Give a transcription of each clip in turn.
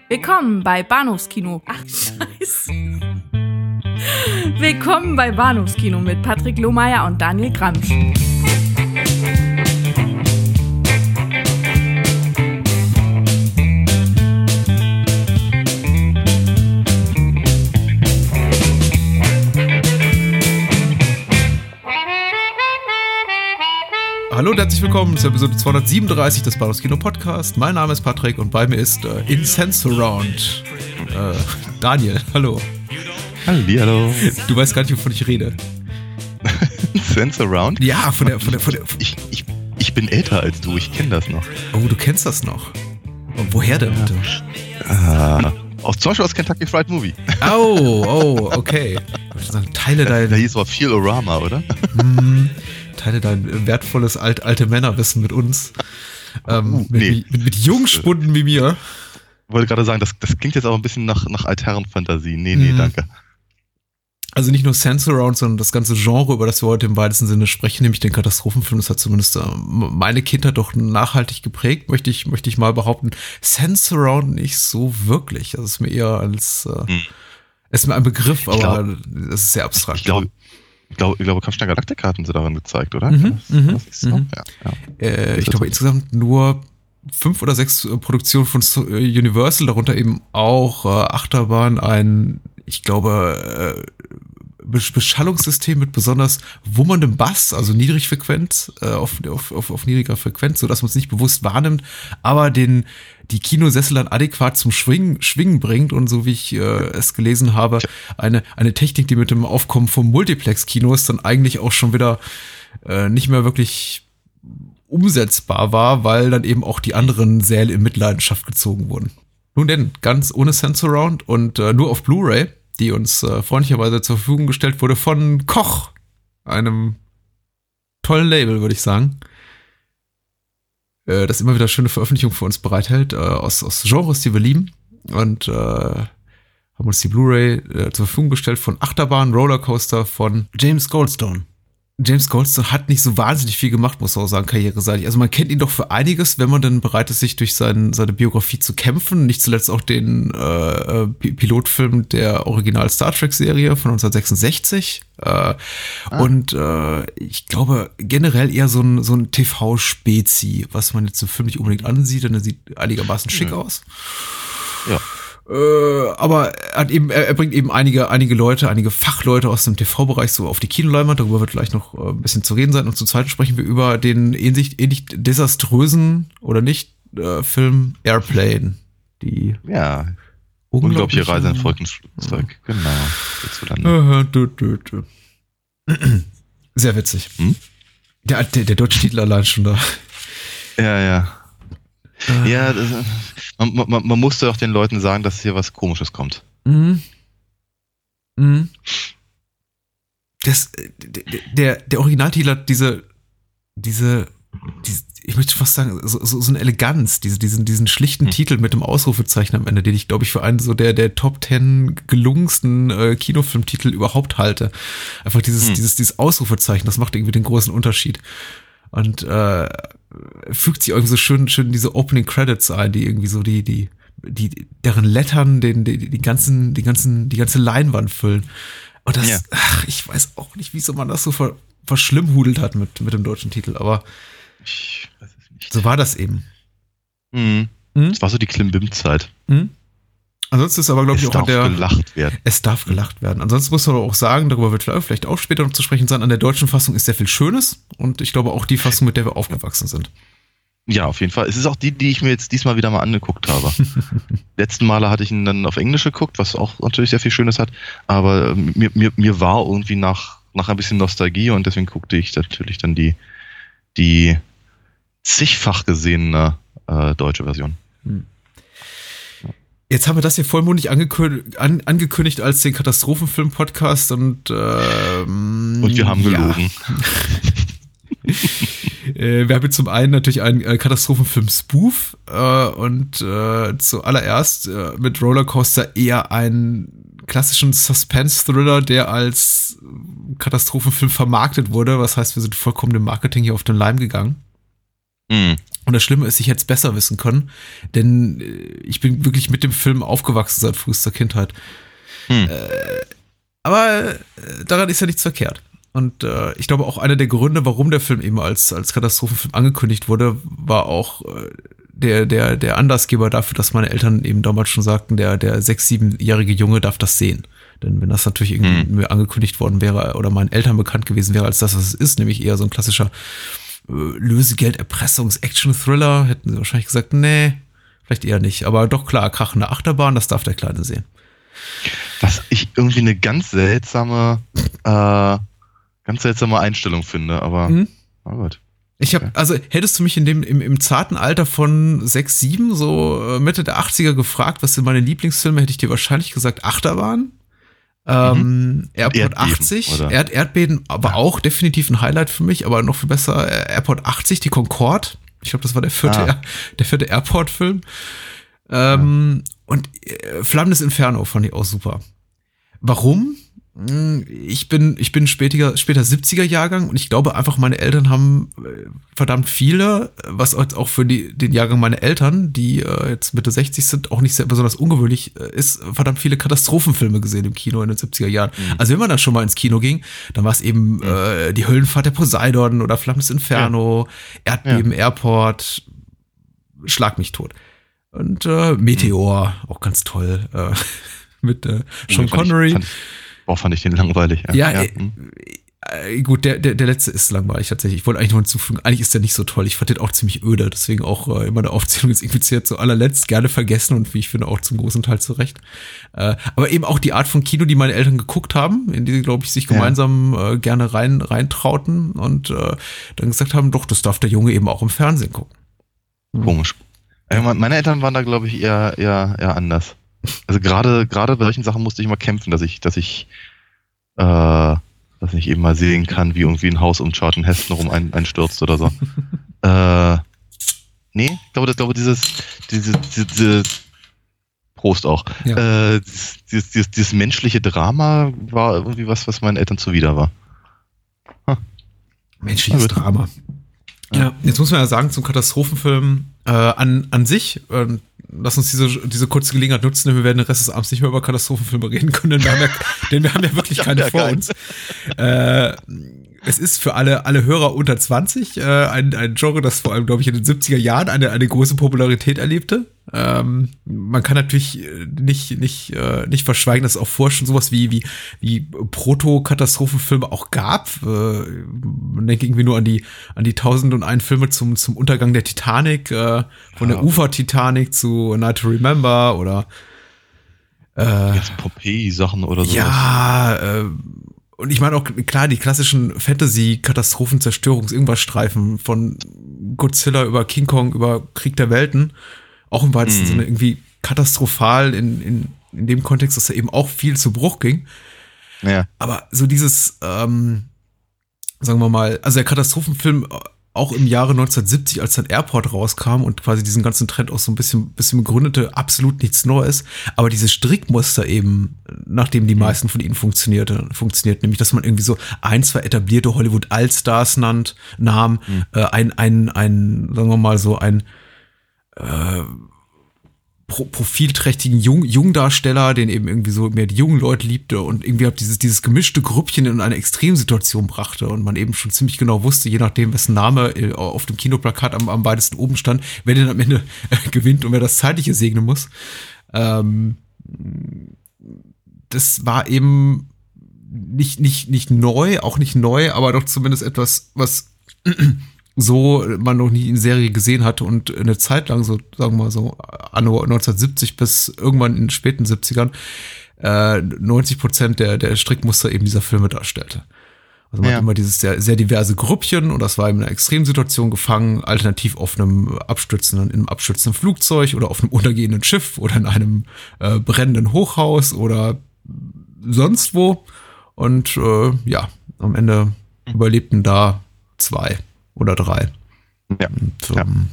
Willkommen bei Bahnhofskino. Ach, scheiße. Willkommen bei Bahnhofskino mit Patrick Lohmeier und Daniel Gramsch. Hallo und herzlich willkommen zur Episode 237 des Bahnhofskino Podcast. Mein Name ist Patrick und bei mir ist in Sensurround Daniel. Hallo. Hallo. Du weißt gar nicht, wovon ich rede. Sensurround? Ja, von der. Ich bin älter als du, ich kenne das noch. Oh, du kennst das noch. Und woher denn bitte? Zum Beispiel aus Kentucky Fried Movie. Oh, okay. Teile dein. Da hieß aber Feel-O-Rama, oder? Teile dein wertvolles alte Männerwissen mit uns. Mit Jungspunden wie mir. Ich wollte gerade sagen, das klingt jetzt aber ein bisschen nach Altherren-Fantasie. Nee, danke. Also nicht nur Sensurround, sondern das ganze Genre, über das wir heute im weitesten Sinne sprechen, nämlich den Katastrophenfilm, das hat zumindest meine Kindheit doch nachhaltig geprägt, möchte ich mal behaupten. Sensurround nicht so wirklich. Das ist mir eher als ist mir ein Begriff, aber das ist sehr abstrakt. Ich glaube, Kampfstein Galactica hatten sie daran gezeigt, oder? Ich glaube insgesamt nur 5 oder 6 Produktionen von Universal, darunter eben auch Achterbahn, Beschallungssystem mit besonders wummerndem Bass, also Niedrigfrequenz, auf niedriger Frequenz, sodass man es nicht bewusst wahrnimmt, aber die Kinosessel dann adäquat zum Schwingen bringt und so wie ich es gelesen habe, eine Technik, die mit dem Aufkommen von Multiplex-Kinos dann eigentlich auch schon wieder nicht mehr wirklich umsetzbar war, weil dann eben auch die anderen Säle in Mitleidenschaft gezogen wurden. Nun denn, ganz ohne Sensurround und nur auf Blu-ray, die uns freundlicherweise zur Verfügung gestellt wurde von Koch, einem tollen Label, würde ich sagen, das immer wieder schöne Veröffentlichungen für uns bereithält, aus Genres, die wir lieben, und haben uns die Blu-ray zur Verfügung gestellt von Achterbahn, Rollercoaster von James Goldstone. James Goldstone hat nicht so wahnsinnig viel gemacht, muss man auch sagen, karriereseitig. Also man kennt ihn doch für einiges, wenn man dann bereit ist, sich durch seine Biografie zu kämpfen. Nicht zuletzt auch den Pilotfilm der Original Star Trek Serie von 1966. Und ich glaube generell eher so ein TV-Spezi, was man jetzt im Film nicht unbedingt ansieht, denn er sieht einigermaßen schick aus. Ja. Aber er bringt eben einige Leute, einige Fachleute aus dem TV-Bereich so auf die Kinoleinwand. Darüber wird gleich noch ein bisschen zu reden sein. Und zum Zweiten sprechen wir über den ähnlich desaströsen oder nicht Film Airplane. Die unglaubliche Reise in Wolkenflugzeug. Genau. Sehr witzig. Der deutsche Titel allein schon da. Ja. Ja, man musste auch den Leuten sagen, dass hier was Komisches kommt. Der Originaltitel hat diese, ich möchte fast sagen, so eine Eleganz, diesen schlichten Titel mit dem Ausrufezeichen am Ende, den ich, glaube ich, für einen so der Top 10 gelungensten Kinofilmtitel überhaupt halte. Einfach dieses Ausrufezeichen, das macht irgendwie den großen Unterschied. Und fügt sich irgendwie so schön diese Opening Credits ein, die irgendwie so deren Lettern die ganze Leinwand füllen. Und das, ich weiß auch nicht, wieso man das so verschlimmhudelt hat mit dem deutschen Titel, aber ich weiß es nicht. So war das eben. Das war so die Klimbim-Zeit. Ansonsten ist aber, glaube ich, auch gelacht werden. Es darf gelacht werden. Ansonsten muss man aber auch sagen, darüber wird vielleicht auch später noch zu sprechen sein, an der deutschen Fassung ist sehr viel Schönes und ich glaube auch die Fassung, mit der wir aufgewachsen sind. Ja, auf jeden Fall. Es ist auch die ich mir jetzt diesmal wieder mal angeguckt habe. Letzten Male hatte ich ihn dann auf Englisch geguckt, was auch natürlich sehr viel Schönes hat, aber mir war irgendwie nach ein bisschen Nostalgie und deswegen guckte ich natürlich dann die zigfach gesehene deutsche Version. Jetzt haben wir das hier vollmundig angekündigt als den Katastrophenfilm-Podcast und wir haben gelogen. Wir haben jetzt zum einen natürlich einen Katastrophenfilm-Spoof und zuallererst mit Rollercoaster eher einen klassischen Suspense-Thriller, der als Katastrophenfilm vermarktet wurde. Was heißt, wir sind vollkommen dem Marketing hier auf den Leim gegangen. Und das Schlimme ist, ich hätte es besser wissen können, denn ich bin wirklich mit dem Film aufgewachsen seit frühester Kindheit. Aber daran ist ja nichts verkehrt. Und ich glaube auch einer der Gründe, warum der Film eben als Katastrophenfilm angekündigt wurde, war auch der Anlassgeber dafür, dass meine Eltern eben damals schon sagten, der 6-7-jährige Junge darf das sehen. Denn wenn das natürlich irgendwie mir angekündigt worden wäre oder meinen Eltern bekannt gewesen wäre als das, was es ist, nämlich eher so ein klassischer Lösegeld-Erpressungs-Action-Thriller, hätten sie wahrscheinlich gesagt, nee, vielleicht eher nicht. Aber doch klar, krachende Achterbahn, das darf der Kleine sehen. Was ich irgendwie eine ganz seltsame Einstellung finde, aber gut. Also hättest du mich im zarten Alter von 6, 7, so Mitte der 80er gefragt, was sind meine Lieblingsfilme, hätte ich dir wahrscheinlich gesagt Achterbahn. Airport Erdbeben, 80, oder? Erdbeben, aber auch definitiv ein Highlight für mich, aber noch viel besser, Airport 80, die Concorde. Ich glaube, das war der vierte Airport-Film. Und Flammendes Inferno fand ich auch super. Warum? Ich bin später 70er Jahrgang und ich glaube einfach, meine Eltern haben verdammt viele, was auch für den Jahrgang meiner Eltern, die jetzt Mitte 60 sind, auch nicht sehr besonders ungewöhnlich ist, verdammt viele Katastrophenfilme gesehen im Kino in den 70er Jahren. Also wenn man dann schon mal ins Kino ging, dann war es eben die Höllenfahrt der Poseidon oder Flammendes Inferno, Erdbeben, Airport, Schlag mich tot. Und Meteor, auch ganz toll, mit Sean Connery. Fand ich den langweilig. Gut, der letzte ist langweilig tatsächlich. Ich wollte eigentlich noch hinzufügen, eigentlich ist der nicht so toll. Ich fand den auch ziemlich öde, deswegen auch in meiner Aufzählung ist irgendwie zu allerletzt gerne vergessen und wie ich finde auch zum großen Teil zurecht. Aber eben auch die Art von Kino, die meine Eltern geguckt haben, in die sie, glaube ich, sich gemeinsam gerne reintrauten und dann gesagt haben, doch, das darf der Junge eben auch im Fernsehen gucken. Komisch. Meine Eltern waren da, glaube ich, eher anders. Also gerade bei solchen Sachen musste ich mal kämpfen, dass ich eben mal sehen kann, wie irgendwie ein Haus um Charlton Heston rum einstürzt oder so. Nee, ich glaube, diese Prost auch. Ja. Dieses menschliche Drama war irgendwie was meinen Eltern zuwider war. Menschliches Drama. Ja, jetzt muss man ja sagen, zum Katastrophenfilm an sich, lass uns diese kurze Gelegenheit nutzen, denn wir werden den Rest des Abends nicht mehr über Katastrophenfilme reden können, denn wir haben ja wirklich keine vor uns. Es ist für alle Hörer unter 20 ein Genre, das vor allem, glaube ich, in den 70er Jahren eine große Popularität erlebte. Man kann natürlich nicht verschweigen, dass es auch vorher schon sowas wie Proto-Katastrophenfilme auch gab. Man denkt irgendwie nur an die 1001 Filme zum Untergang der Titanic, von der Ufer-Titanic zu Night to Remember oder jetzt Pompeii-Sachen oder so. Ja, und ich meine auch, klar, die klassischen Fantasy-Katastrophen, Zerstörungs-Irgendwas-Streifen von Godzilla über King Kong, über Krieg der Welten, auch im weitesten Sinne irgendwie katastrophal in dem Kontext, dass da eben auch viel zu Bruch ging. Ja. Aber so dieses, sagen wir mal, also der Katastrophenfilm auch im Jahre 1970, als dann Airport rauskam und quasi diesen ganzen Trend auch so ein bisschen begründete, absolut nichts Neues. Aber dieses Strickmuster eben, nachdem die meisten von ihnen funktioniert, nämlich, dass man irgendwie so 1, 2 etablierte Hollywood-Allstars nahm, sagen wir mal so ein profilträchtigen Jungdarsteller, den eben irgendwie so mehr die jungen Leute liebte und irgendwie halt dieses gemischte Grüppchen in eine Extremsituation brachte und man eben schon ziemlich genau wusste, je nachdem, wessen Name auf dem Kinoplakat am weitesten oben stand, wer den am Ende gewinnt und wer das Zeitliche segnen muss. Das war eben nicht neu, auch nicht neu, aber doch zumindest etwas, was so man noch nie in Serie gesehen hatte und eine Zeit lang, so sagen wir mal so anno 1970 bis irgendwann in den späten 70ern 90% der Strickmuster eben dieser Filme darstellte. Also man hat immer dieses sehr, sehr diverse Grüppchen und das war in einer Extremsituation gefangen, alternativ auf in einem abstürzenden Flugzeug oder auf einem untergehenden Schiff oder in einem brennenden Hochhaus oder sonst wo. Und am Ende überlebten da 2 oder 3. Ja. Und,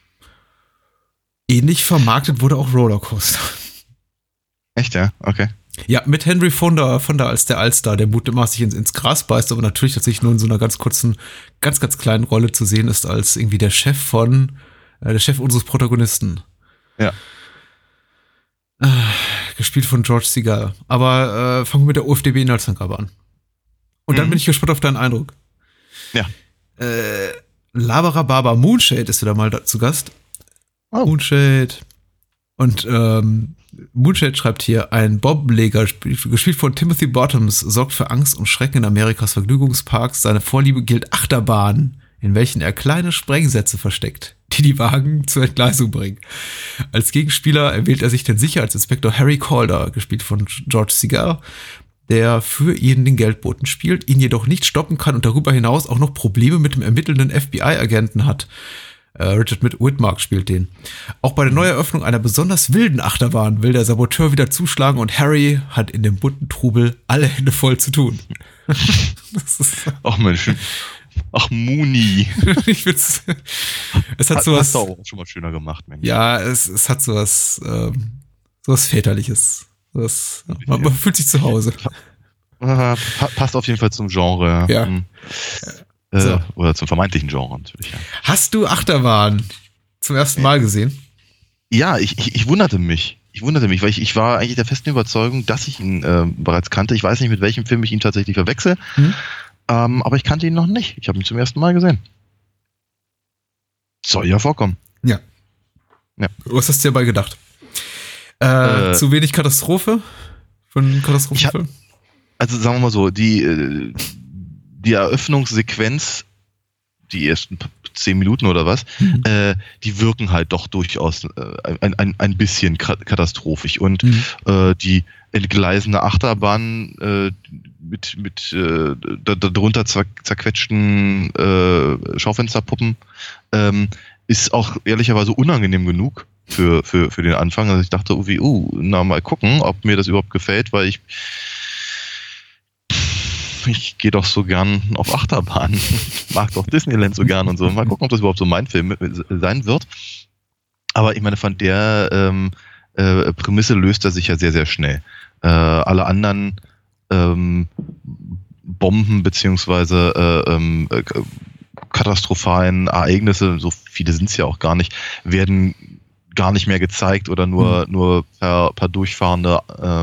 ähnlich vermarktet wurde auch Rollercoaster. Echt, ja? Okay. Ja, mit Henry Fonda als der Allstar, der mutmaßlich ins Gras beißt, aber natürlich tatsächlich nur in so einer ganz kurzen, ganz kleinen Rolle zu sehen ist, als irgendwie der Chef unseres Protagonisten. Ja. Gespielt von George Segal. Aber fangen wir mit der OFDB-Inhaltsangabe an. Und dann bin ich gespannt auf deinen Eindruck. Ja. Labarababa Moonshade ist wieder mal zu Gast. Oh. Moonshade. Und Moonshade schreibt hier, ein Bombleger, gespielt von Timothy Bottoms, sorgt für Angst und Schrecken in Amerikas Vergnügungsparks. Seine Vorliebe gilt Achterbahnen, in welchen er kleine Sprengsätze versteckt, die Wagen zur Entgleisung bringen. Als Gegenspieler erwählt er sich den Sicherheitsinspektor Harry Calder, gespielt von George Segal, der für ihn den Geldboten spielt, ihn jedoch nicht stoppen kann und darüber hinaus auch noch Probleme mit dem ermittelnden FBI-Agenten hat. Richard Widmark spielt den. Auch bei der Neueröffnung einer besonders wilden Achterbahn will der Saboteur wieder zuschlagen und Harry hat in dem bunten Trubel alle Hände voll zu tun. Ach Mensch. Ach, Mooney. Ich find's, es hat sowas. Hast du auch schon mal schöner gemacht, Mensch. Ja, es hat sowas Väterliches. Man fühlt sich zu Hause. Passt auf jeden Fall zum Genre. Ja. So. Oder zum vermeintlichen Genre natürlich. Ja. Hast du Achterbahn zum ersten Mal gesehen? Ja, ich wunderte mich. Weil ich war eigentlich der festen Überzeugung, dass ich ihn bereits kannte. Ich weiß nicht, mit welchem Film ich ihn tatsächlich verwechsel. Aber ich kannte ihn noch nicht. Ich habe ihn zum ersten Mal gesehen. Soll ja vorkommen. Ja. Was hast du dir dabei gedacht? Zu wenig Katastrophe von einem Katastrophenfilm? Also sagen wir mal so, die Eröffnungssequenz, die ersten 10 Minuten oder was, die wirken halt doch durchaus ein bisschen katastrophisch. Und die entgleisende Achterbahn mit darunter zerquetschten Schaufensterpuppen ist auch ehrlicherweise unangenehm genug für den Anfang. Also ich dachte irgendwie, mal gucken, ob mir das überhaupt gefällt, weil ich gehe doch so gern auf Achterbahn. Ich mag doch Disneyland so gern und so. Mal gucken, ob das überhaupt so mein Film sein wird. Aber ich meine, von der Prämisse löst er sich ja sehr, sehr schnell. Alle anderen Bomben beziehungsweise katastrophalen Ereignisse, so viele sind es ja auch gar nicht, werden gar nicht mehr gezeigt oder nur per durchfahrende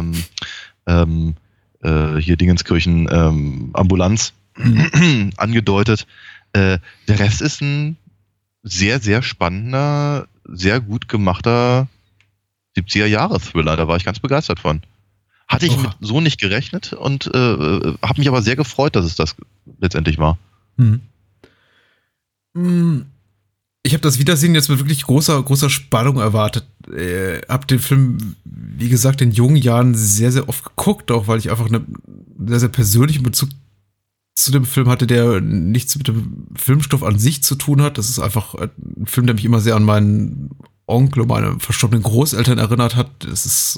hier Dingenskirchen Ambulanz angedeutet. Der Rest ist ein sehr, sehr spannender, sehr gut gemachter 70er-Jahre-Thriller. Da war ich ganz begeistert von. Hatte ich so nicht gerechnet und habe mich aber sehr gefreut, dass es das letztendlich war. Ich habe das Wiedersehen jetzt mit wirklich großer Spannung erwartet. Hab den Film, wie gesagt, in jungen Jahren sehr, sehr oft geguckt, auch weil ich einfach einen sehr, sehr persönlichen Bezug zu dem Film hatte, der nichts mit dem Filmstoff an sich zu tun hat. Das ist einfach ein Film, der mich immer sehr an meinen Onkel und meine verstorbenen Großeltern erinnert hat. Es ist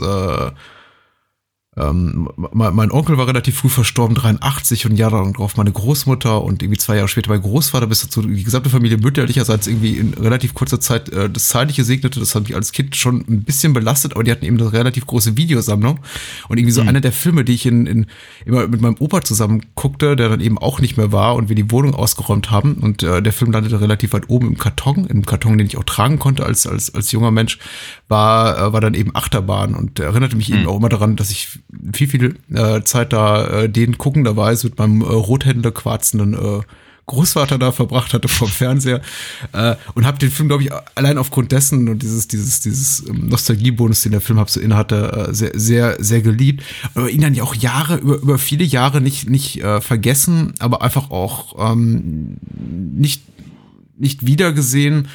mein Onkel war relativ früh verstorben, 83, und ein Jahr darauf meine Großmutter und irgendwie 2 Jahre später mein Großvater, bis dazu die gesamte Familie mütterlicherseits irgendwie in relativ kurzer Zeit das Zeitliche segnete. Das hat mich als Kind schon ein bisschen belastet, aber die hatten eben eine relativ große Videosammlung und irgendwie so einer der Filme, die ich immer mit meinem Opa zusammen guckte, der dann eben auch nicht mehr war und wir die Wohnung ausgeräumt haben und der Film landete relativ weit oben im Karton, den ich auch tragen konnte als junger Mensch, war dann eben Achterbahn und erinnerte mich eben auch immer daran, dass ich viel Zeit da den guckenderweise mit meinem Rothändler quarzenden Großvater da verbracht hatte vom Fernseher und habe den Film, glaube ich, allein aufgrund dessen und dieses Nostalgiebonus, den der Film so innehatte, sehr, sehr, sehr geliebt. Aber ihn dann ja auch über viele Jahre nicht vergessen, aber einfach auch nicht wiedergesehen.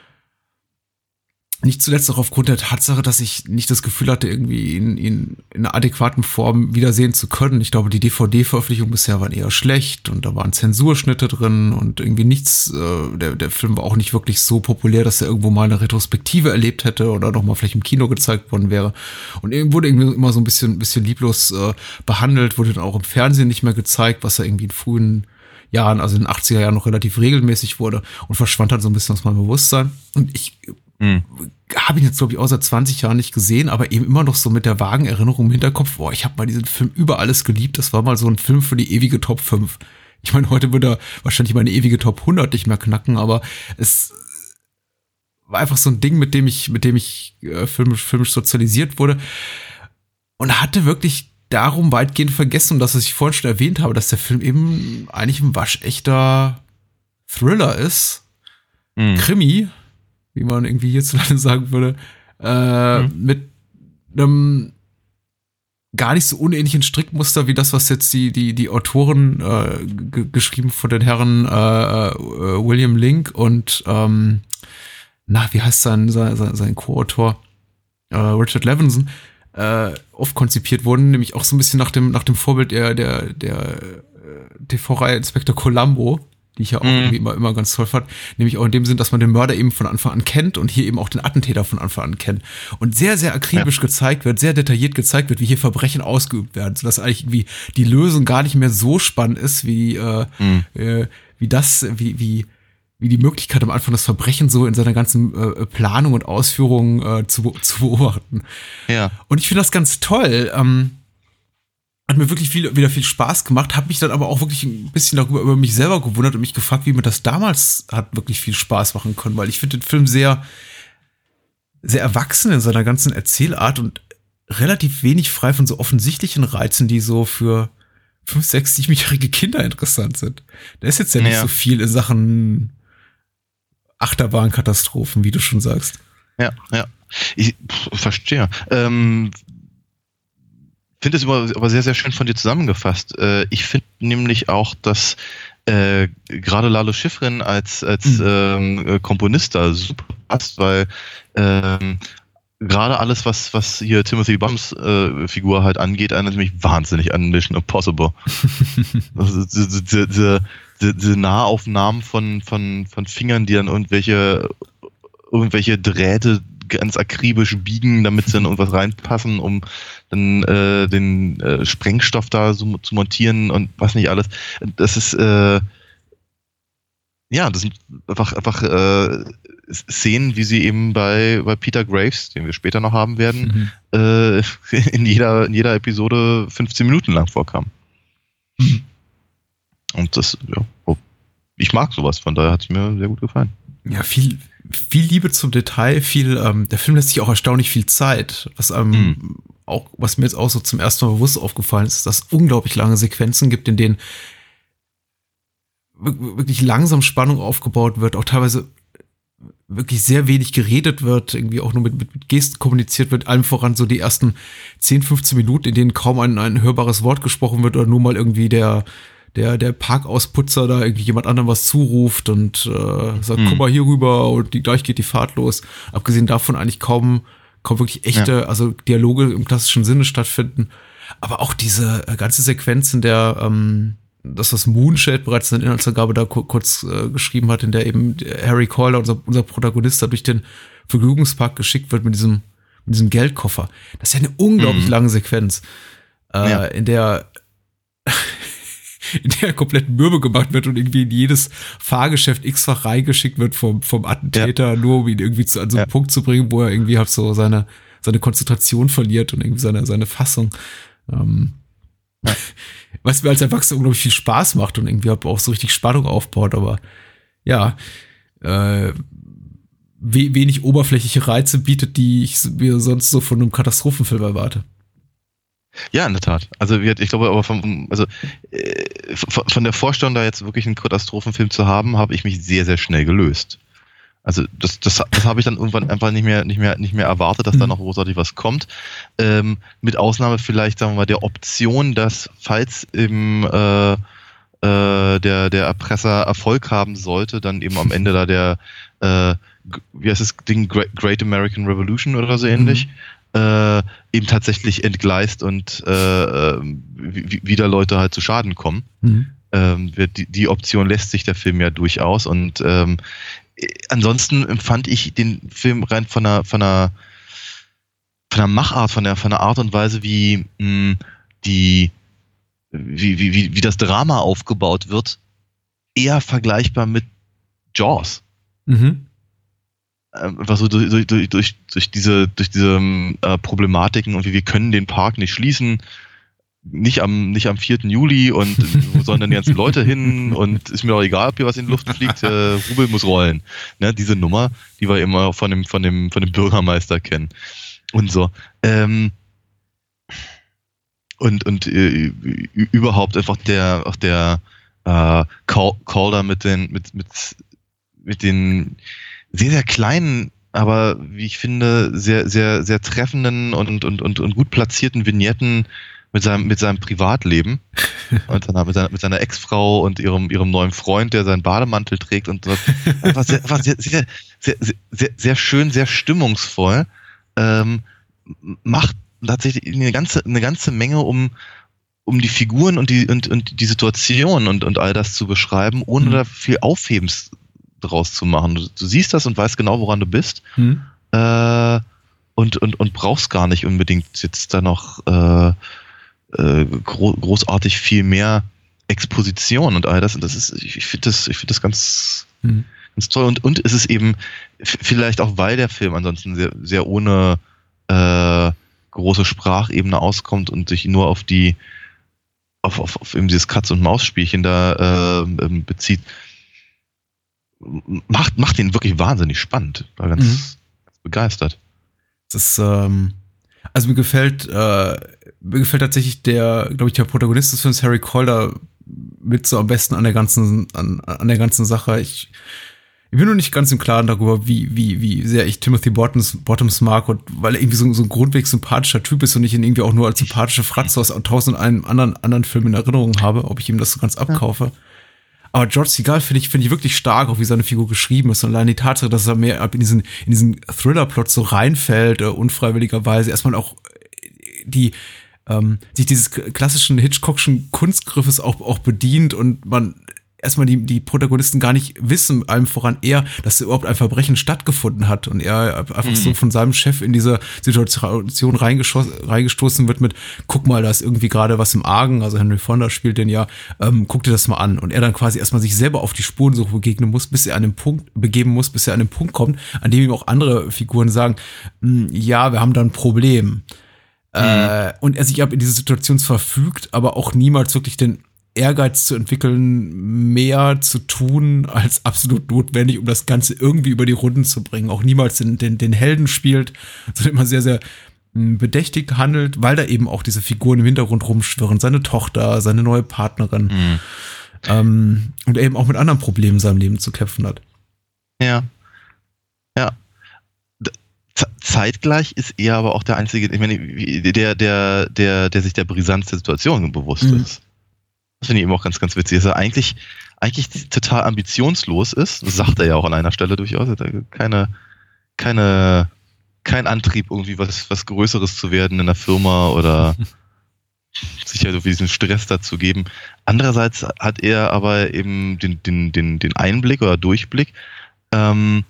Nicht zuletzt auch aufgrund der Tatsache, dass ich nicht das Gefühl hatte, irgendwie ihn in einer adäquaten Form wiedersehen zu können. Ich glaube, die DVD-Veröffentlichungen bisher waren eher schlecht und da waren Zensurschnitte drin und irgendwie nichts. Der Film war auch nicht wirklich so populär, dass er irgendwo mal eine Retrospektive erlebt hätte oder noch mal vielleicht im Kino gezeigt worden wäre. Und wurde irgendwie immer so ein bisschen lieblos behandelt, wurde dann auch im Fernsehen nicht mehr gezeigt, was er irgendwie in frühen Jahren, also in den 80er Jahren noch relativ regelmäßig wurde und verschwand dann so ein bisschen aus meinem Bewusstsein. Und ich habe ihn jetzt, glaube ich, auch seit 20 Jahren nicht gesehen, aber eben immer noch so mit der vagen Erinnerung im Hinterkopf, boah, ich habe mal diesen Film über alles geliebt, das war mal so ein Film für die ewige Top 5. Ich meine, heute würde er wahrscheinlich meine ewige Top 100 nicht mehr knacken, aber es war einfach so ein Ding, mit dem ich filmisch sozialisiert wurde und hatte wirklich darum weitgehend vergessen, dass was ich vorhin schon erwähnt habe, dass der Film eben eigentlich ein waschechter Thriller ist, Krimi, wie man irgendwie hierzulande sagen würde, mit einem gar nicht so unähnlichen Strickmuster wie das, was jetzt die Autoren geschrieben von den Herren William Link und wie heißt sein Co-Autor Richard Levinson oft konzipiert wurden, nämlich auch so ein bisschen nach dem Vorbild der TV-Reihe Inspektor Columbo, die ich ja auch irgendwie immer ganz toll fand, nämlich auch in dem Sinn, dass man den Mörder eben von Anfang an kennt und hier eben auch den Attentäter von Anfang an kennt und sehr, sehr akribisch gezeigt wird, sehr detailliert gezeigt wird, wie hier Verbrechen ausgeübt werden, sodass eigentlich irgendwie die Lösung gar nicht mehr so spannend ist, wie die Möglichkeit am Anfang das Verbrechen so in seiner ganzen Planung und Ausführung zu beobachten. Ja. Und ich finde das ganz toll. Hat mir wirklich wieder viel Spaß gemacht, habe mich dann aber auch wirklich ein bisschen darüber über mich selber gewundert und mich gefragt, wie mir das damals hat wirklich viel Spaß machen können, weil ich finde den Film sehr, sehr erwachsen in seiner ganzen Erzählart und relativ wenig frei von so offensichtlichen Reizen, die so für 5, 6, 7-jährige Kinder interessant sind. Da ist jetzt ja nicht so viel in Sachen Achterbahnkatastrophen, wie du schon sagst. Ja. Ich verstehe. Finde es aber sehr, sehr schön von dir zusammengefasst. Ich finde nämlich auch, dass gerade Lalo Schifrin als Komponist da super passt, weil gerade alles, was hier Timothy Bums Figur halt angeht, erinnert mich wahnsinnig an Mission Impossible. Also diese Nahaufnahmen von Fingern, die dann irgendwelche Drähte ganz akribisch biegen, damit sie in irgendwas reinpassen, um dann den Sprengstoff da so zu montieren und was nicht alles. Das ist das sind einfach Szenen, wie sie eben bei Peter Graves, den wir später noch haben werden, in jeder Episode 15 Minuten lang vorkamen. Und das, ich mag sowas, von daher hat es mir sehr gut gefallen. Ja, viel Liebe zum Detail, der Film lässt sich auch erstaunlich viel Zeit, was mir jetzt auch so zum ersten Mal bewusst aufgefallen ist, dass es unglaublich lange Sequenzen gibt, in denen wirklich langsam Spannung aufgebaut wird, auch teilweise wirklich sehr wenig geredet wird, irgendwie auch nur mit Gesten kommuniziert wird, allem voran so die ersten 10, 15 Minuten, in denen kaum ein hörbares Wort gesprochen wird oder nur mal irgendwie der Parkausputzer da irgendwie jemand anderem was zuruft und sagt, komm mal hier rüber und gleich geht die Fahrt los. Abgesehen davon eigentlich kaum wirklich echte, also Dialoge im klassischen Sinne stattfinden. Aber auch diese ganze Sequenz, in der das Moonshade bereits in der Inhaltsangabe da kurz geschrieben hat, in der eben Harry Calder, unser Protagonist, da durch den Vergnügungspark geschickt wird mit diesem Geldkoffer. Das ist ja eine unglaublich lange Sequenz, in der komplett mürbe gemacht wird und irgendwie in jedes Fahrgeschäft x-fach reingeschickt wird vom Attentäter, nur um ihn irgendwie an so einen Punkt zu bringen, wo er irgendwie halt so seine Konzentration verliert und irgendwie seine Fassung. Was mir als Erwachsener unglaublich viel Spaß macht und irgendwie auch so richtig Spannung aufbaut, aber ja, wenig oberflächliche Reize bietet, die ich mir sonst so von einem Katastrophenfilm erwarte. Ja, in der Tat. Also ich glaube, aber von der Vorstellung, da jetzt wirklich einen Katastrophenfilm zu haben, habe ich mich sehr, sehr schnell gelöst. Also das habe ich dann irgendwann einfach nicht mehr erwartet, dass da noch großartig was kommt. Mit Ausnahme vielleicht, sagen wir mal, der Option, dass falls eben der Erpresser Erfolg haben sollte, dann eben am Ende da der wie heißt das Ding, Great American Revolution oder so ähnlich, eben tatsächlich entgleist und wieder Leute halt zu Schaden kommen. Die Option lässt sich der Film ja durchaus und ansonsten empfand ich den Film rein von der Machart, von der Art und Weise, wie das Drama aufgebaut wird, eher vergleichbar mit Jaws. einfach so durch diese Problematiken und wir können den Park nicht schließen, nicht am 4. Juli und wo sollen denn die ganzen Leute hin und ist mir auch egal, ob hier was in die Luft fliegt, Rubel muss rollen. Ne, diese Nummer, die wir immer von dem Bürgermeister kennen. Und so. Und überhaupt einfach der Calder mit den sehr, sehr kleinen, aber wie ich finde, sehr, sehr, sehr treffenden und gut platzierten Vignetten mit seinem Privatleben und mit seiner Ex-Frau und ihrem neuen Freund, der seinen Bademantel trägt und so. Einfach sehr, sehr, sehr, sehr, sehr schön, sehr stimmungsvoll. Macht tatsächlich eine ganze Menge, um die Figuren und die Situation und all das zu beschreiben, ohne da viel Aufhebens draus zu machen. Du siehst das und weißt genau, woran du bist. Und brauchst gar nicht unbedingt jetzt da noch großartig viel mehr Exposition und all das. Und das ist, ich finde das ganz toll. Und es ist eben vielleicht auch, weil der Film ansonsten sehr, sehr ohne große Sprachebene auskommt und sich nur auf eben dieses Katz- und Maus-Spielchen da bezieht, macht ihn wirklich wahnsinnig spannend. War ganz begeistert. Das ist, also mir gefällt tatsächlich der Protagonist des Films, Harry Calder, mit so am besten an der ganzen Sache. Ich bin nur nicht ganz im Klaren darüber, wie sehr ich Timothy Bottoms mag, und weil er irgendwie so ein grundweg sympathischer Typ ist und ich ihn irgendwie auch nur als sympathische Fratze aus 1001 anderen Filmen in Erinnerung habe, ob ich ihm das so ganz abkaufe. Ja. Aber George Segal finde ich wirklich stark, auch wie seine Figur geschrieben ist. Und allein die Tatsache, dass er mehr in diesen Thriller-Plot so reinfällt, unfreiwilligerweise, erstmal auch sich dieses klassischen Hitchcockschen Kunstgriffes auch bedient und man erstmal die Protagonisten gar nicht wissen, allem voran er, dass überhaupt ein Verbrechen stattgefunden hat und er einfach so von seinem Chef in diese Situation reingestoßen wird mit, guck mal, da ist irgendwie gerade was im Argen, also Henry Fonda spielt den ja, guck dir das mal an, und er dann quasi erstmal sich selber auf die Spurensuche begeben muss, bis er an den Punkt kommt, an dem ihm auch andere Figuren sagen, ja, wir haben da ein Problem. Und er sich ab in diese Situation verfügt, aber auch niemals wirklich den Ehrgeiz zu entwickeln, mehr zu tun als absolut notwendig, um das Ganze irgendwie über die Runden zu bringen. Auch niemals den Helden spielt, sondern immer sehr, sehr bedächtig handelt, weil da eben auch diese Figuren im Hintergrund rumschwirren. Seine Tochter, seine neue Partnerin. Und er eben auch mit anderen Problemen in seinem Leben zu kämpfen hat. Ja. Ja. Zeitgleich ist er aber auch der Einzige, ich meine, der sich der Brisanz der Situation bewusst ist. Das finde ich eben auch ganz, ganz witzig, dass er eigentlich total ambitionslos ist. Das sagt er ja auch an einer Stelle durchaus. Er hat kein Antrieb, irgendwie was Größeres zu werden in der Firma oder sich halt diesen Stress dazu geben. Andererseits hat er aber eben den Einblick oder Durchblick und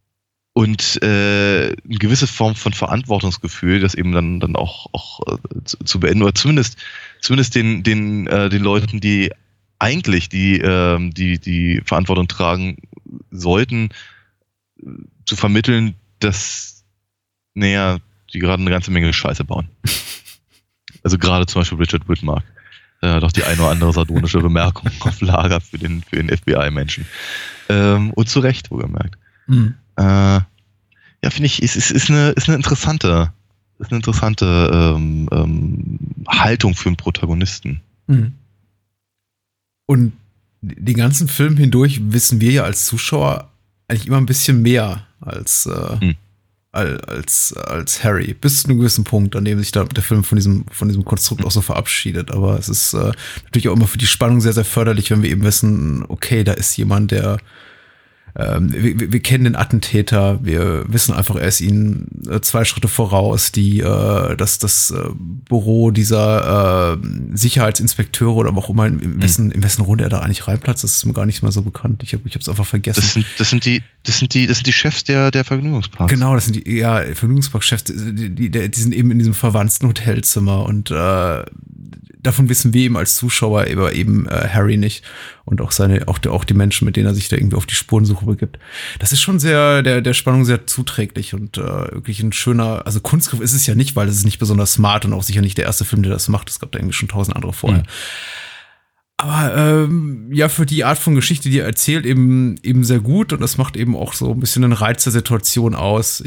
eine gewisse Form von Verantwortungsgefühl, das eben dann auch zu beenden, oder zumindest den Leuten, die eigentlich die Verantwortung tragen sollten, zu vermitteln, dass die gerade eine ganze Menge Scheiße bauen. Also gerade zum Beispiel Richard Widmark. Doch die eine oder andere sardonische Bemerkung auf Lager für den FBI-Menschen. Und zu Recht, wohlgemerkt. Ja, finde ich, ist eine interessante Haltung für einen Protagonisten. Und den ganzen Film hindurch wissen wir ja als Zuschauer eigentlich immer ein bisschen mehr als Harry, bis zu einem gewissen Punkt, an dem sich der Film von diesem Konstrukt auch so verabschiedet. Aber es ist natürlich auch immer für die Spannung sehr, sehr förderlich, wenn wir eben wissen, okay, da ist jemand, der wir kennen den Attentäter, wir wissen einfach, er ist ihnen 2 Schritte voraus, das Büro dieser Sicherheitsinspekteure oder auch immer in wessen Runde er da eigentlich reinplatzt, das ist mir gar nicht mal so bekannt. Ich hab's einfach vergessen. Das sind die Chefs der Vergnügungsparks. Genau, das sind die Vergnügungspark-Chefs, die sind eben in diesem verwandten Hotelzimmer und davon wissen wir eben als Zuschauer, aber eben Harry nicht und auch die Menschen, mit denen er sich da irgendwie auf die Spurensuche begibt. Das ist schon sehr, der Spannung sehr zuträglich und wirklich ein schöner, also Kunstgriff ist es ja nicht, weil es ist nicht besonders smart und auch sicher nicht der erste Film, der das macht. Es gab da irgendwie schon 1000 andere vorher. Aber ja, für die Art von Geschichte, die er erzählt, eben sehr gut und das macht eben auch so ein bisschen den Reiz der Situation aus.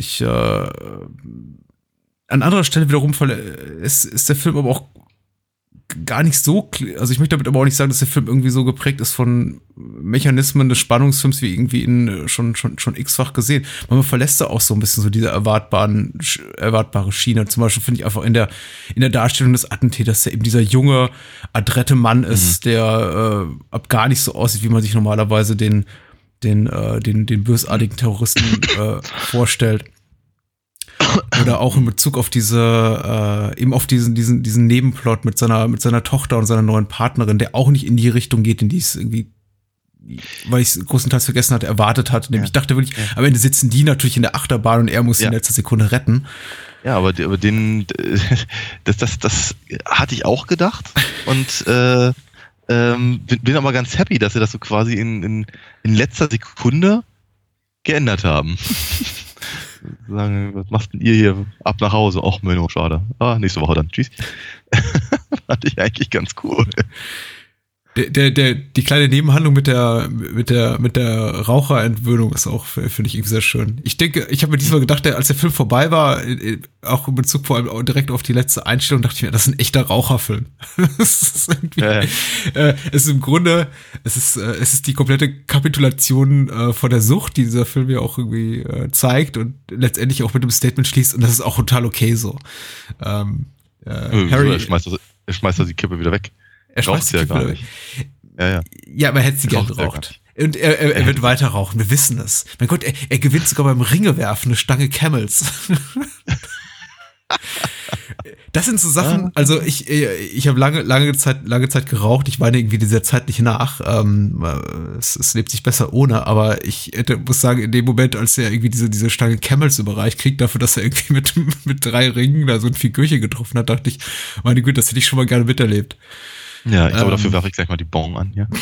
An anderer Stelle wiederum ist der Film aber auch gar nicht so, also ich möchte damit aber auch nicht sagen, dass der Film irgendwie so geprägt ist von Mechanismen des Spannungsfilms wie irgendwie in schon x-fach gesehen. Man verlässt da auch so ein bisschen so diese erwartbare Schiene. Zum Beispiel finde ich einfach in der Darstellung des Attentäters, der eben dieser junge, adrette Mann ist, der ab gar nicht so aussieht, wie man sich normalerweise den bösartigen Terroristen vorstellt. Oder auch in Bezug auf eben auf diesen Nebenplot mit seiner Tochter und seiner neuen Partnerin, der auch nicht in die Richtung geht, in die es irgendwie, weil ich es größtenteils vergessen hatte, erwartet hatte. Nämlich ich dachte wirklich, am Ende sitzen die natürlich in der Achterbahn und er muss sie in letzter Sekunde retten. Ja, aber das hatte ich auch gedacht und bin aber ganz happy, dass sie das so quasi in letzter Sekunde geändert haben. Sagen, was macht denn ihr hier? Ab nach Hause. Ach, Menno, schade. Nächste Woche dann. Tschüss. Fand ich eigentlich ganz cool. Die kleine Nebenhandlung mit der Raucherentwöhnung ist auch, finde ich, irgendwie sehr schön. Ich denke, ich habe mir diesmal gedacht, als der Film vorbei war, auch in Bezug vor allem auch direkt auf die letzte Einstellung, dachte ich mir, das ist ein echter Raucherfilm. Es ist irgendwie, es ist im Grunde, es ist die komplette Kapitulation von der Sucht, die dieser Film ja auch irgendwie zeigt und letztendlich auch mit dem Statement schließt und das ist auch total okay so. Harry er schmeißt die Kippe wieder weg. Er schmeißt ja gar nicht. Ja, aber er hätte sie gern geraucht. Und er wird weiter rauchen, wir wissen es. Mein Gott, er gewinnt sogar beim Ringewerfen eine Stange Camels. Das sind so Sachen, also ich habe lange Zeit geraucht, ich weine irgendwie dieser Zeit nicht nach. Es lebt sich besser ohne, aber ich muss sagen, in dem Moment, als er irgendwie diese Stange Camels überreicht kriegt, dafür, dass er irgendwie mit 3 Ringen da so ein Figürchen getroffen hat, dachte ich, meine Güte, das hätte ich schon mal gerne miterlebt. Ja, ich glaube, dafür werfe ich gleich mal die Bon an, ja.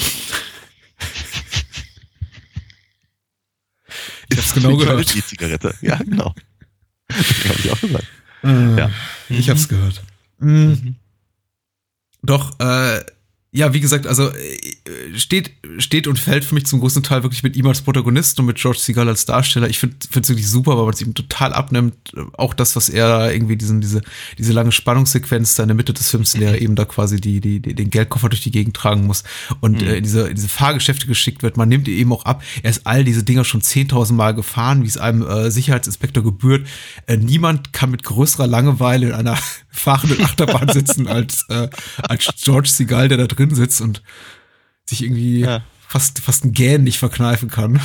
Ich hab's genau gehört. Die Zigarette. Ja, genau. Das habe ich auch gesagt. Ja. Ich hab's gehört. Doch, ja, wie gesagt, also steht und fällt für mich zum großen Teil wirklich mit ihm als Protagonist und mit George Segal als Darsteller. Ich finde es wirklich super, weil man es ihm total abnimmt. Auch das, was er da irgendwie diese lange Spannungssequenz da in der Mitte des Films, in der er eben da quasi den Geldkoffer durch die Gegend tragen muss und in diese Fahrgeschäfte geschickt wird. Man nimmt ihn eben auch ab. Er ist all diese Dinger schon 10.000 Mal gefahren, wie es einem Sicherheitsinspektor gebührt. Niemand kann mit größerer Langeweile in einer fahrenden Achterbahn sitzen als George Segal, der da drin sitzt und sich irgendwie fast ein Gähnen nicht verkneifen kann,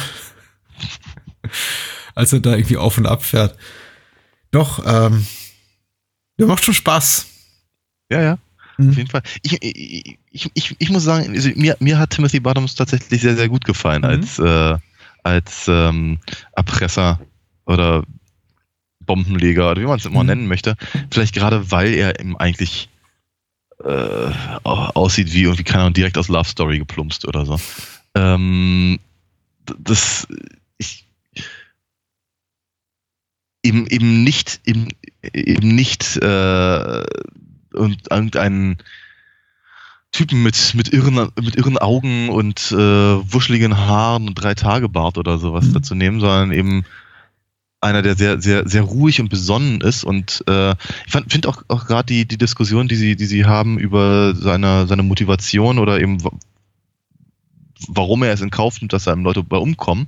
als er da irgendwie auf und ab fährt. Doch, der macht schon Spaß. Ja, auf jeden Fall. Ich muss sagen, also mir hat Timothy Bottoms tatsächlich sehr, sehr gut gefallen als Erpresser oder Bombenleger oder wie man es immer nennen möchte. Vielleicht gerade, weil er eben eigentlich aussieht wie irgendwie, keine Ahnung, direkt aus Love Story geplumpst oder so. Eben nicht und irgendeinen Typen mit irren Augen und wuscheligen Haaren und 3-Tage-Bart oder sowas dazu nehmen, sondern eben einer, der sehr, sehr, sehr ruhig und besonnen ist und ich finde auch gerade die Diskussion, die sie haben über seine Motivation oder eben warum er es in Kauf nimmt, dass einem Leute bei umkommen,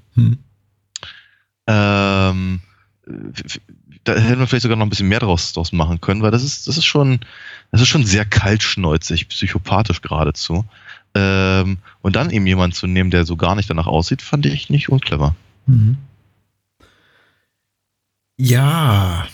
da hätten wir vielleicht sogar noch ein bisschen mehr draus machen können, weil das ist schon sehr kaltschnäuzig, psychopathisch geradezu. Und dann eben jemanden zu nehmen, der so gar nicht danach aussieht, fand ich nicht unclever. Ja.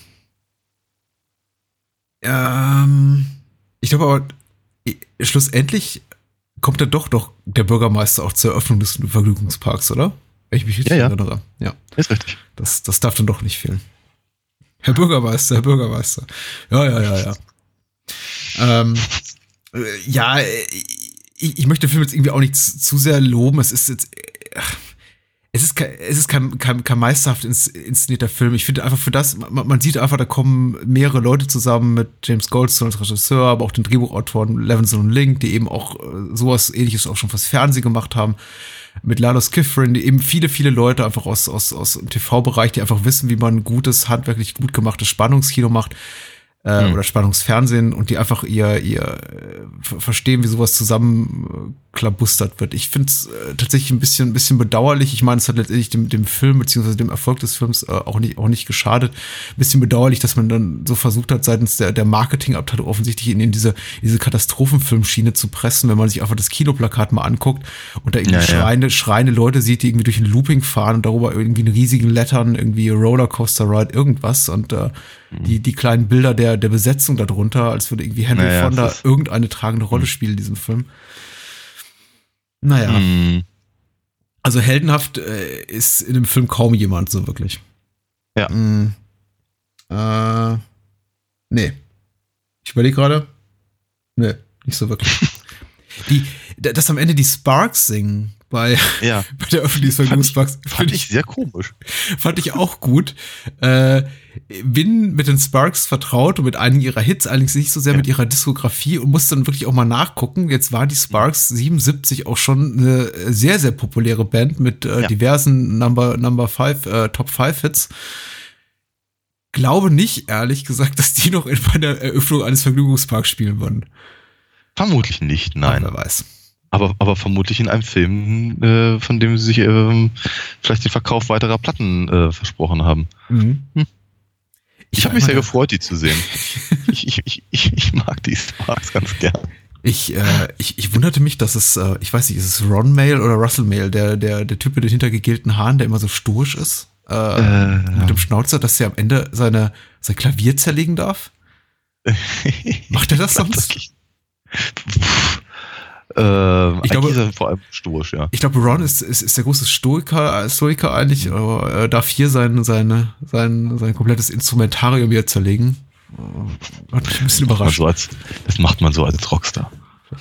Ich glaube aber, schlussendlich kommt dann doch der Bürgermeister auch zur Eröffnung des Vergnügungsparks, oder? Wenn ich mich richtig erinnere. Ja. Ist richtig. Das darf dann doch nicht fehlen. Herr Bürgermeister. Ja. Ja, ich möchte den Film jetzt irgendwie auch nicht zu sehr loben. Es ist jetzt, es ist kein meisterhaft inszenierter Film. Ich finde einfach für das, man sieht einfach, da kommen mehrere Leute zusammen mit James Goldstone als Regisseur, aber auch den Drehbuchautoren Levinson und Link, die eben auch sowas Ähnliches auch schon fürs Fernsehen gemacht haben. Mit Lalo Schifrin, die eben viele Leute einfach aus dem TV-Bereich, die einfach wissen, wie man gutes, handwerklich gut gemachtes Spannungskino macht. Oder Spannungsfernsehen und die einfach ihr verstehen, wie sowas zusammenklabustert wird. Ich finde es tatsächlich ein bisschen bedauerlich. Ich meine, es hat letztendlich dem Film beziehungsweise dem Erfolg des Films auch nicht geschadet. Ein bisschen bedauerlich, dass man dann so versucht hat, seitens der Marketingabteilung offensichtlich in diese Katastrophenfilmschiene zu pressen, wenn man sich einfach das Kinoplakat mal anguckt und da irgendwie schreiende Leute sieht, die irgendwie durch ein Looping fahren und darüber irgendwie in riesigen Lettern irgendwie Rollercoaster Ride irgendwas und die kleinen Bilder der Besetzung darunter, als würde irgendwie Henry Fonda irgendeine tragende Rolle spielen in diesem Film. Naja. Also heldenhaft ist in dem Film kaum jemand so wirklich. Ja. Nee. Ich überlege gerade. Nee, nicht so wirklich. Dass am Ende die Sparks singen bei der Öffentlichkeitsvergnügungsparks. Fand ich sehr komisch. Fand ich auch gut. Bin mit den Sparks vertraut und mit einigen ihrer Hits, allerdings nicht so sehr mit ihrer Diskografie und muss dann wirklich auch mal nachgucken. Jetzt war die Sparks 77 auch schon eine sehr, sehr populäre Band mit diversen Top 5 Hits. Glaube nicht, ehrlich gesagt, dass die noch bei der Eröffnung eines Vergnügungsparks spielen würden. Vermutlich nicht, nein. Aber wer weiß. Aber vermutlich in einem Film, von dem sie sich vielleicht den Verkauf weiterer Platten versprochen haben. Ich habe mich sehr gefreut, die zu sehen. Ich mag die Sparks ganz gern. Ich wunderte mich, dass es, ich weiß nicht, ist es Ron Mail oder Russell Mail, der Typ mit den hintergegelten Haaren, der immer so stoisch ist, mit dem Schnauzer, dass er am Ende sein Klavier zerlegen darf? Macht er das sonst? Ich glaube, ist er vor allem stoisch, ja. Ich glaube, Ron ist der große Stoiker eigentlich, aber darf hier sein komplettes Instrumentarium hier zerlegen. Hat mich ein bisschen überrascht. Das macht man so als Rockstar.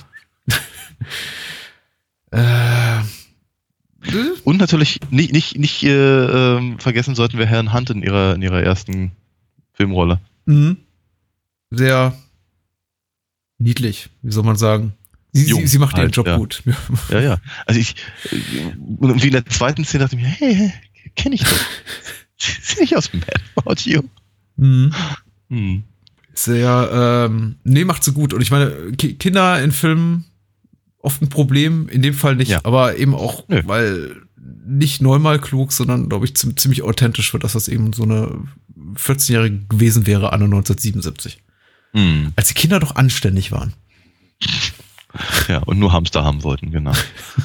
Und natürlich nicht vergessen sollten wir Helen Hunt in ihrer ersten Filmrolle. Sehr niedlich, wie soll man sagen. Sie macht ihren Job gut. Ja. Also wie in der zweiten Szene dachte ich mir, hey, kenne ich doch. Ist nicht aus Mad About You. Sehr, macht sie gut. Und ich meine, Kinder in Filmen oft ein Problem, in dem Fall nicht, aber eben auch, weil nicht neunmal klug, sondern, glaube ich, ziemlich authentisch für das, was eben so eine 14-Jährige gewesen wäre anno 1977. Als die Kinder doch anständig waren. Ja, und nur Hamster haben wollten, genau.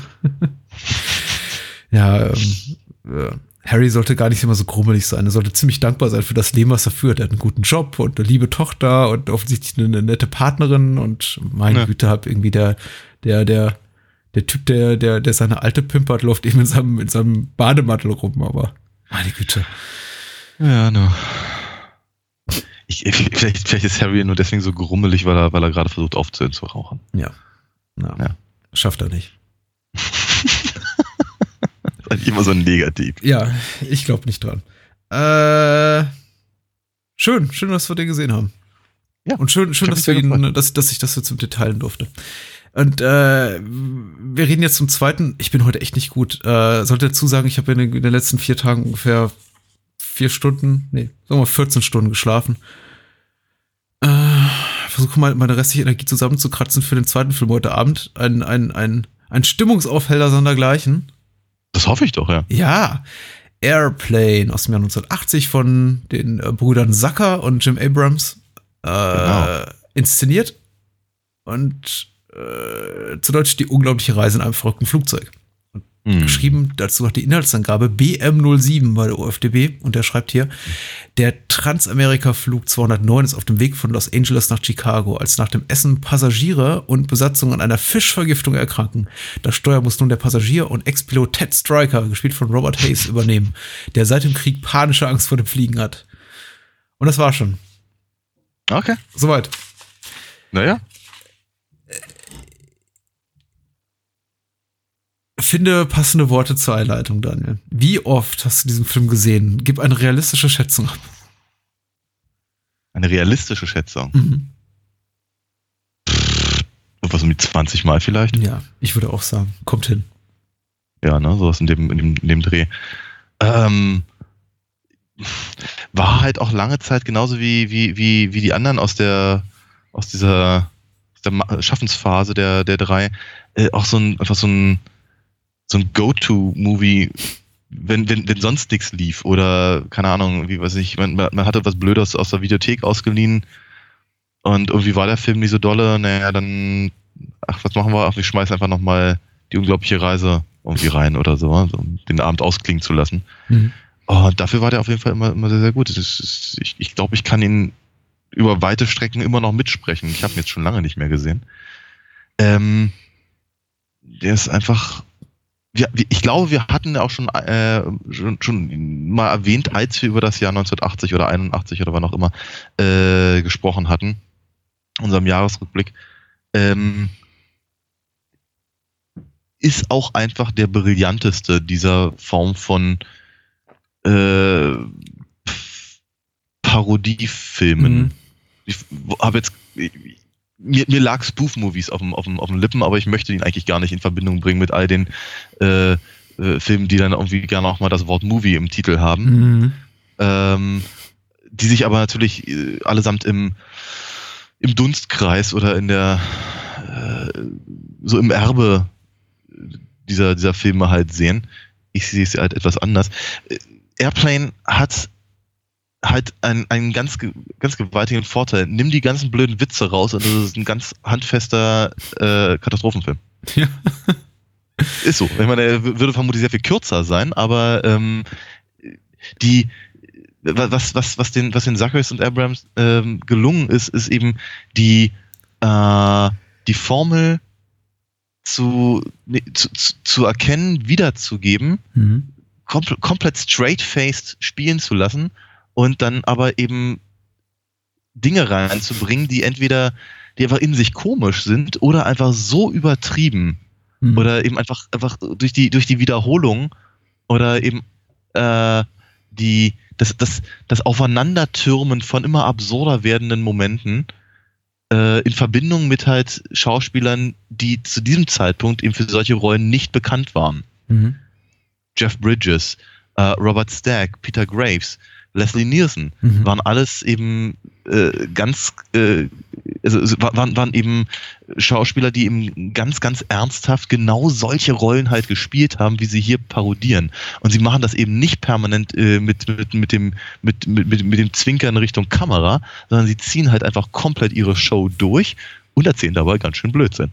Harry sollte gar nicht immer so grummelig sein. Er sollte ziemlich dankbar sein für das Leben, was er führt. Er hat einen guten Job und eine liebe Tochter und offensichtlich eine nette Partnerin und meine Güte, hab irgendwie der Typ, der seine Alte pimpert, läuft eben in seinem Bademantel rum, aber meine Güte. Ja, no. Vielleicht ist Harry nur deswegen so grummelig, weil er gerade versucht aufzuhören zu rauchen. Ja. Schafft er nicht. Das ist eigentlich immer so ein Negativ. Ja, ich glaube nicht dran. Schön, dass wir den gesehen haben. Ja. Und schön, dass ich das jetzt mit dir teilen durfte. Und wir reden jetzt zum zweiten. Ich bin heute echt nicht gut. Sollte dazu sagen, ich habe in den letzten 4 Tagen ungefähr 14 Stunden geschlafen. Versuche mal meine restliche Energie zusammenzukratzen für den zweiten Film heute Abend. Ein Stimmungsaufheller sondergleichen. Das hoffe ich doch, ja. Ja. Airplane aus dem Jahr 1980 von den Brüdern Zucker und Jim Abrams inszeniert. Und zu Deutsch die unglaubliche Reise in einem verrückten Flugzeug. Geschrieben dazu noch die Inhaltsangabe BM07 bei der OFDB und der schreibt hier, der Transamerika-Flug 209 ist auf dem Weg von Los Angeles nach Chicago, als nach dem Essen Passagiere und Besatzung an einer Fischvergiftung erkranken. Das Steuer muss nun der Passagier und Ex-Pilot Ted Stryker, gespielt von Robert Hayes, übernehmen, der seit dem Krieg panische Angst vor dem Fliegen hat. Und das war schon. Okay. Soweit. Naja. Finde passende Worte zur Einleitung, Daniel. Wie oft hast du diesen Film gesehen? Gib eine realistische Schätzung ab. Eine realistische Schätzung? Mhm. Was mit 20 Mal vielleicht? Ja, ich würde auch sagen, kommt hin. Ja, ne, sowas in dem Dreh. War halt auch lange Zeit genauso wie die anderen aus dieser Schaffensphase der drei, auch so ein Go-To-Movie, wenn sonst nichts lief oder keine Ahnung, wie weiß ich, man hatte was Blödes aus der Videothek ausgeliehen und irgendwie war der Film nicht so dolle, naja, dann, was machen wir? Wir schmeißen einfach nochmal die unglaubliche Reise irgendwie rein oder so, um den Abend ausklingen zu lassen. Mhm. Und dafür war der auf jeden Fall immer sehr, sehr gut. Ich glaube, ich kann ihn über weite Strecken immer noch mitsprechen. Ich habe ihn jetzt schon lange nicht mehr gesehen. Der ist einfach... Ich glaube, wir hatten auch schon mal erwähnt, als wir über das Jahr 1980 oder 81 oder wann auch immer gesprochen hatten, unserem Jahresrückblick, ist auch einfach der brillanteste dieser Form von Parodiefilmen. Mhm. Ich habe jetzt... Mir lag Spoof-Movies auf den Lippen, aber ich möchte ihn eigentlich gar nicht in Verbindung bringen mit all den Filmen, die dann irgendwie gerne auch mal das Wort Movie im Titel haben. Mhm. Die sich aber natürlich allesamt im Dunstkreis oder in der so im Erbe dieser Filme halt sehen. Ich sehe es halt etwas anders. Airplane hat halt einen ganz gewaltigen Vorteil. Nimm die ganzen blöden Witze raus und das ist ein ganz handfester Katastrophenfilm. Ja. Ist so. Ich meine, er würde vermutlich sehr viel kürzer sein, aber was den Zacharias und Abrams gelungen ist eben die Formel zu erkennen, wiederzugeben, komplett straight-faced spielen zu lassen und dann aber eben Dinge reinzubringen, die einfach in sich komisch sind oder einfach so übertrieben oder eben einfach durch die Wiederholung oder eben das Aufeinandertürmen von immer absurder werdenden Momenten in Verbindung mit halt Schauspielern, die zu diesem Zeitpunkt eben für solche Rollen nicht bekannt waren. Mhm. Jeff Bridges, Robert Stack, Peter Graves, Leslie Nielsen waren alles eben waren eben Schauspieler, die eben ganz, ganz ernsthaft genau solche Rollen halt gespielt haben, wie sie hier parodieren. Und sie machen das eben nicht permanent mit dem Zwinkern Richtung Kamera, sondern sie ziehen halt einfach komplett ihre Show durch und erzählen dabei ganz schön Blödsinn.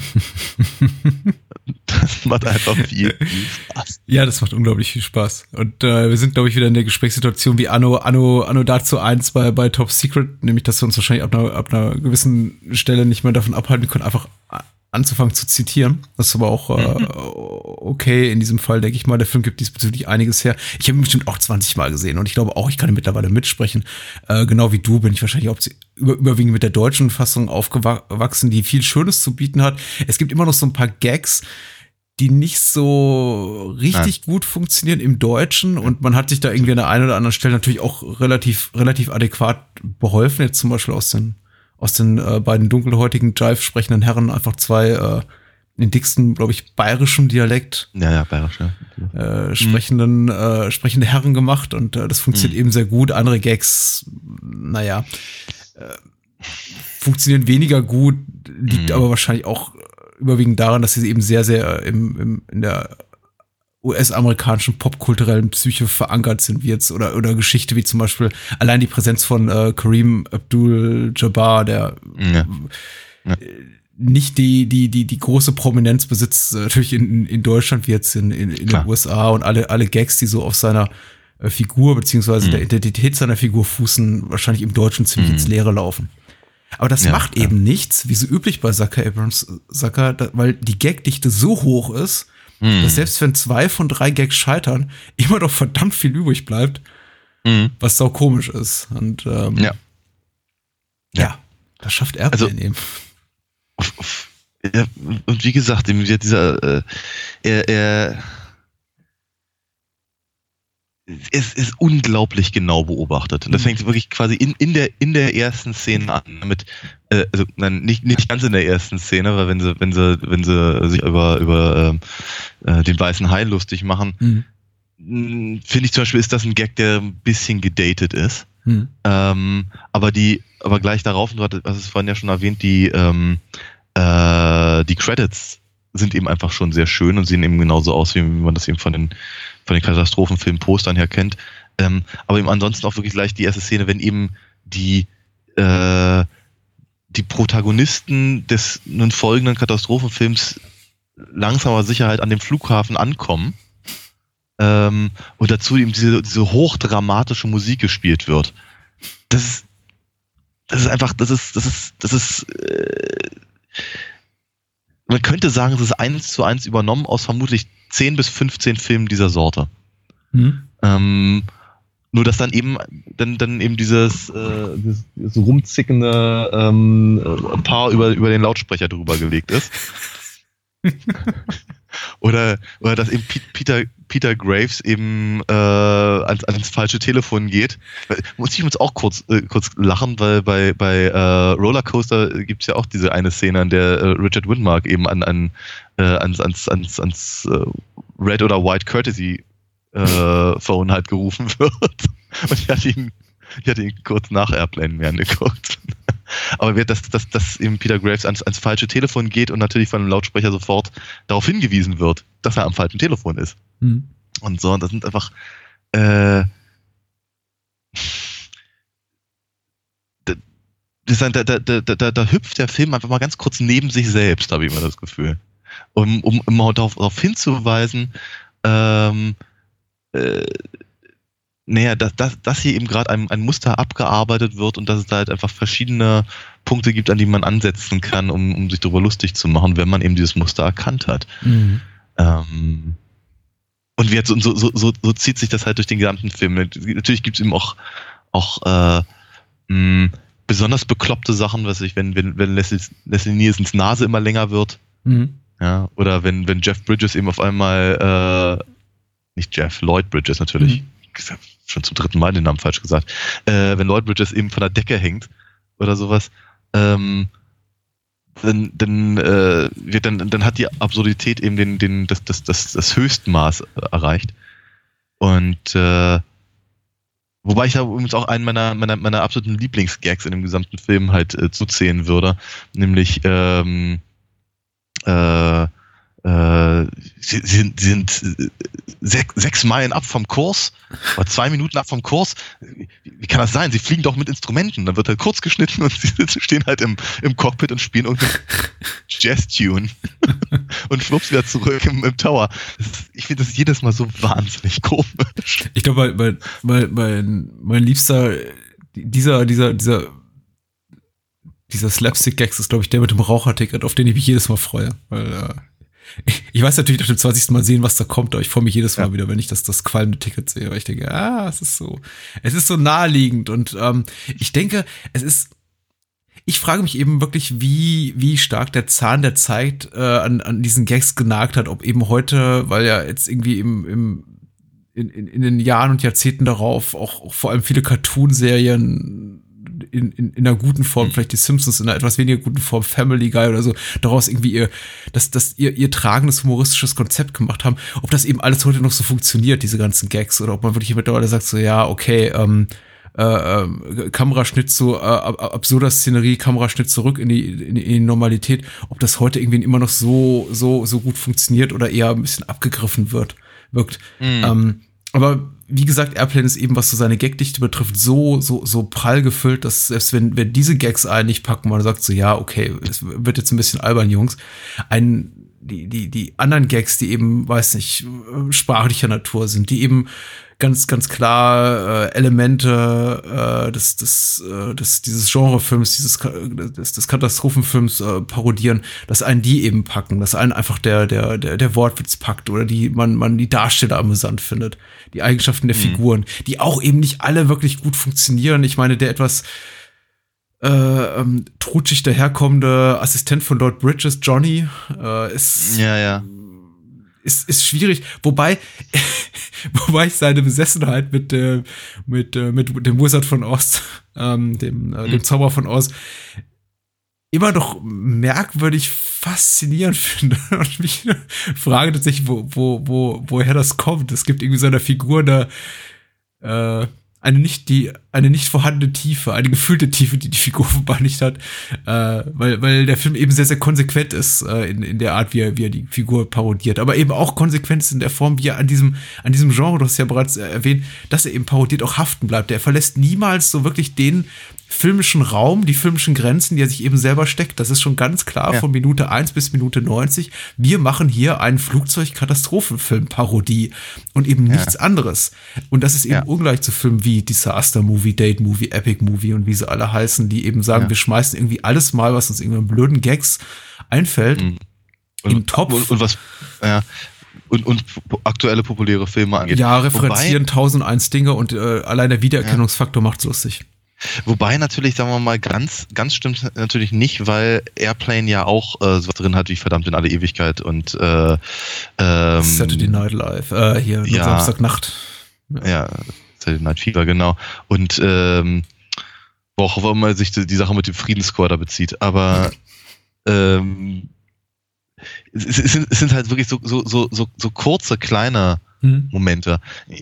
Das macht einfach viel Spaß. Ja, das macht unglaublich viel Spaß. Und wir sind, glaube ich, wieder in der Gesprächssituation wie Anno dazu 1 bei Top Secret, nämlich, dass wir uns wahrscheinlich ab einer gewissen Stelle nicht mehr davon abhalten können, einfach anzufangen zu zitieren. Das ist aber auch okay. In diesem Fall, denke ich mal, der Film gibt diesbezüglich einiges her. Ich habe ihn bestimmt auch 20 Mal gesehen und ich glaube auch, ich kann ihn mittlerweile mitsprechen. Genau wie du bin ich wahrscheinlich auch überwiegend mit der deutschen Fassung aufgewachsen, die viel Schönes zu bieten hat. Es gibt immer noch so ein paar Gags, die nicht so richtig gut funktionieren im Deutschen und man hat sich da irgendwie an der einen oder anderen Stelle natürlich auch relativ adäquat beholfen. Jetzt zum Beispiel aus den beiden dunkelhäutigen Jive sprechenden Herren einfach zwei in dicksten, glaube ich, bayerischen Dialekt bayerisch, sprechende Herren gemacht und das funktioniert eben sehr gut. Andere Gags, funktionieren weniger gut, liegt aber wahrscheinlich auch überwiegend daran, dass sie eben sehr, sehr in der US-amerikanischen popkulturellen Psyche verankert sind, wie jetzt, oder Geschichte, wie zum Beispiel allein die Präsenz von Kareem Abdul-Jabbar, der nicht die große Prominenz besitzt, natürlich in Deutschland, wie jetzt in den USA, und alle Gags, die so auf seiner Figur, beziehungsweise der Identität seiner Figur fußen, wahrscheinlich im Deutschen ziemlich ins Leere laufen. Aber das macht eben nichts, wie so üblich bei Abrams, weil die Gagdichte so hoch ist, dass selbst wenn 2 von 3 Gags scheitern, immer noch verdammt viel übrig bleibt, was sau komisch ist. Und das schafft Airplane eben. Ja, und wie gesagt, dieser es ist unglaublich genau beobachtet. Und das fängt wirklich quasi in der ersten Szene an. Damit, also nein, nicht ganz in der ersten Szene, weil wenn sie sich über den weißen Hai lustig machen, finde ich zum Beispiel, ist das ein Gag, der ein bisschen gedatet ist. Aber gleich darauf, du hast es vorhin ja schon erwähnt, die Credits sind eben einfach schon sehr schön und sehen eben genauso aus, wie man das eben von den Katastrophenfilm-Postern her kennt. Aber eben ansonsten auch wirklich gleich die erste Szene, wenn eben die Protagonisten des nun folgenden Katastrophenfilms langsam aber sicher halt an dem Flughafen ankommen und dazu eben diese hochdramatische Musik gespielt wird. Das ist einfach, man könnte sagen, es ist 1:1 übernommen aus vermutlich 10 bis 15 Filmen dieser Sorte. Nur dass dann eben dieses rumzickende Paar über den Lautsprecher drüber gelegt ist. oder dass eben Peter Graves eben ans falsche Telefon geht. Ich muss auch kurz lachen, weil bei Rollercoaster gibt es ja auch diese eine Szene, an der Richard Widmark eben ans Red oder White Courtesy Phone halt gerufen wird. Und ich hatte ihn kurz nach Airplane mehr angeguckt. Aber dass eben Peter Graves ans falsche Telefon geht und natürlich von dem Lautsprecher sofort darauf hingewiesen wird, dass er am falschen Telefon ist. Und so, und das sind einfach da hüpft der Film einfach mal ganz kurz neben sich selbst, habe ich immer das Gefühl. Um mal darauf hinzuweisen, dass hier eben gerade ein Muster abgearbeitet wird und dass es da halt einfach verschiedene Punkte gibt, an die man ansetzen kann, um sich darüber lustig zu machen, wenn man eben dieses Muster erkannt hat. Und so zieht sich das halt durch den gesamten Film. Natürlich gibt es eben auch besonders bekloppte Sachen, wenn Leslie Nielsens Nase immer länger wird. Ja, oder wenn Jeff Bridges eben auf einmal Lloyd Bridges natürlich. Schon zum 3. Mal den Namen falsch gesagt. Wenn Lloyd Bridges eben von der Decke hängt oder sowas, dann hat die Absurdität eben das Höchstmaß erreicht. Und wobei ich da übrigens auch einen meiner absoluten Lieblingsgags in dem gesamten Film halt zuzählen würde, nämlich sie sind 6 Meilen ab vom Kurs oder 2 Minuten ab vom Kurs. Wie kann das sein? Sie fliegen doch mit Instrumenten. Dann wird halt kurz geschnitten und sie stehen halt im Cockpit und spielen irgendeinen Jazz-Tune und schwupps wieder zurück im Tower. Ich finde das jedes Mal so wahnsinnig komisch. Ich glaube, mein Liebster dieser Slapstick-Gags ist, glaube ich, der mit dem Raucherticket, auf den ich mich jedes Mal freue. Weil ich weiß natürlich nach dem 20. Mal sehen, was da kommt, aber ich freue mich jedes Mal wieder, wenn ich das qualmende Ticket sehe, weil ich denke, es ist so naheliegend und ich denke, ich frage mich eben wirklich, wie stark der Zahn der Zeit an diesen Gags genagt hat, ob eben heute, weil ja jetzt irgendwie in den Jahren und Jahrzehnten darauf auch vor allem viele Cartoon-Serien in einer guten Form, vielleicht die Simpsons in einer etwas weniger guten Form, Family Guy oder so, daraus irgendwie ihr tragendes humoristisches Konzept gemacht haben, ob das eben alles heute noch so funktioniert, diese ganzen Gags, oder ob man wirklich mittlerweile sagt so, ja, okay, Kameraschnitt zu absurder Szenerie, Kameraschnitt zurück in die Normalität, ob das heute irgendwie immer noch so gut funktioniert oder eher ein bisschen abgegriffen wirkt. Aber wie gesagt, Airplane ist eben, was so seine Gagdichte betrifft, so prall gefüllt, dass selbst wenn diese Gags nicht packen, man sagt so, ja, okay, es wird jetzt ein bisschen albern, Jungs. Die anderen Gags, die eben, weiß nicht, sprachlicher Natur sind, die eben ganz klar Elemente dieses Genrefilms, des Katastrophenfilms parodieren, dass einen die eben packen, dass einen einfach der Wortwitz packt oder man die Darsteller amüsant findet, die Eigenschaften der Figuren, die auch eben nicht alle wirklich gut funktionieren. Ich meine, der etwas trutschig daherkommende Assistent von Lord Bridges, Johnny, ist schwierig, wobei ich seine Besessenheit mit dem Wizard von Oz, dem Zauberer von Oz, immer noch merkwürdig faszinierend finde und mich frage tatsächlich, woher das kommt. Es gibt irgendwie so eine Figur eine nicht vorhandene Tiefe, eine gefühlte Tiefe, die Figur offenbar nicht hat, weil der Film eben sehr, sehr konsequent ist in der Art, wie er die Figur parodiert, aber eben auch konsequent ist in der Form, wie er an diesem Genre, du hast ja bereits erwähnt, dass er eben parodiert, auch haften bleibt. Er verlässt niemals so wirklich den filmischen Raum, die filmischen Grenzen, die er sich eben selber steckt. Das ist schon ganz klar von Minute 1 bis Minute 90. Wir machen hier einen Flugzeugkatastrophenfilm-Parodie und eben nichts anderes. Und das ist eben ungleich zu Filmen wie Disaster Movie, Date Movie, Epic Movie und wie sie alle heißen, die eben sagen, wir schmeißen irgendwie alles mal, was uns irgendwie an blöden Gags einfällt, in den Topf. Und aktuelle populäre Filme angeht. Ja, referenzieren 1001 Dinge und allein der Wiedererkennungsfaktor macht's lustig. Wobei natürlich, sagen wir mal, ganz stimmt natürlich nicht, weil Airplane ja auch sowas drin hat wie verdammt in alle Ewigkeit und Saturday Night Live, hier Samstagnacht. Ja, Saturday Night Fever, genau. Und wo auch immer sich die Sache mit dem Friedenscore da bezieht. Aber es sind halt wirklich so kurze, kleine Momente.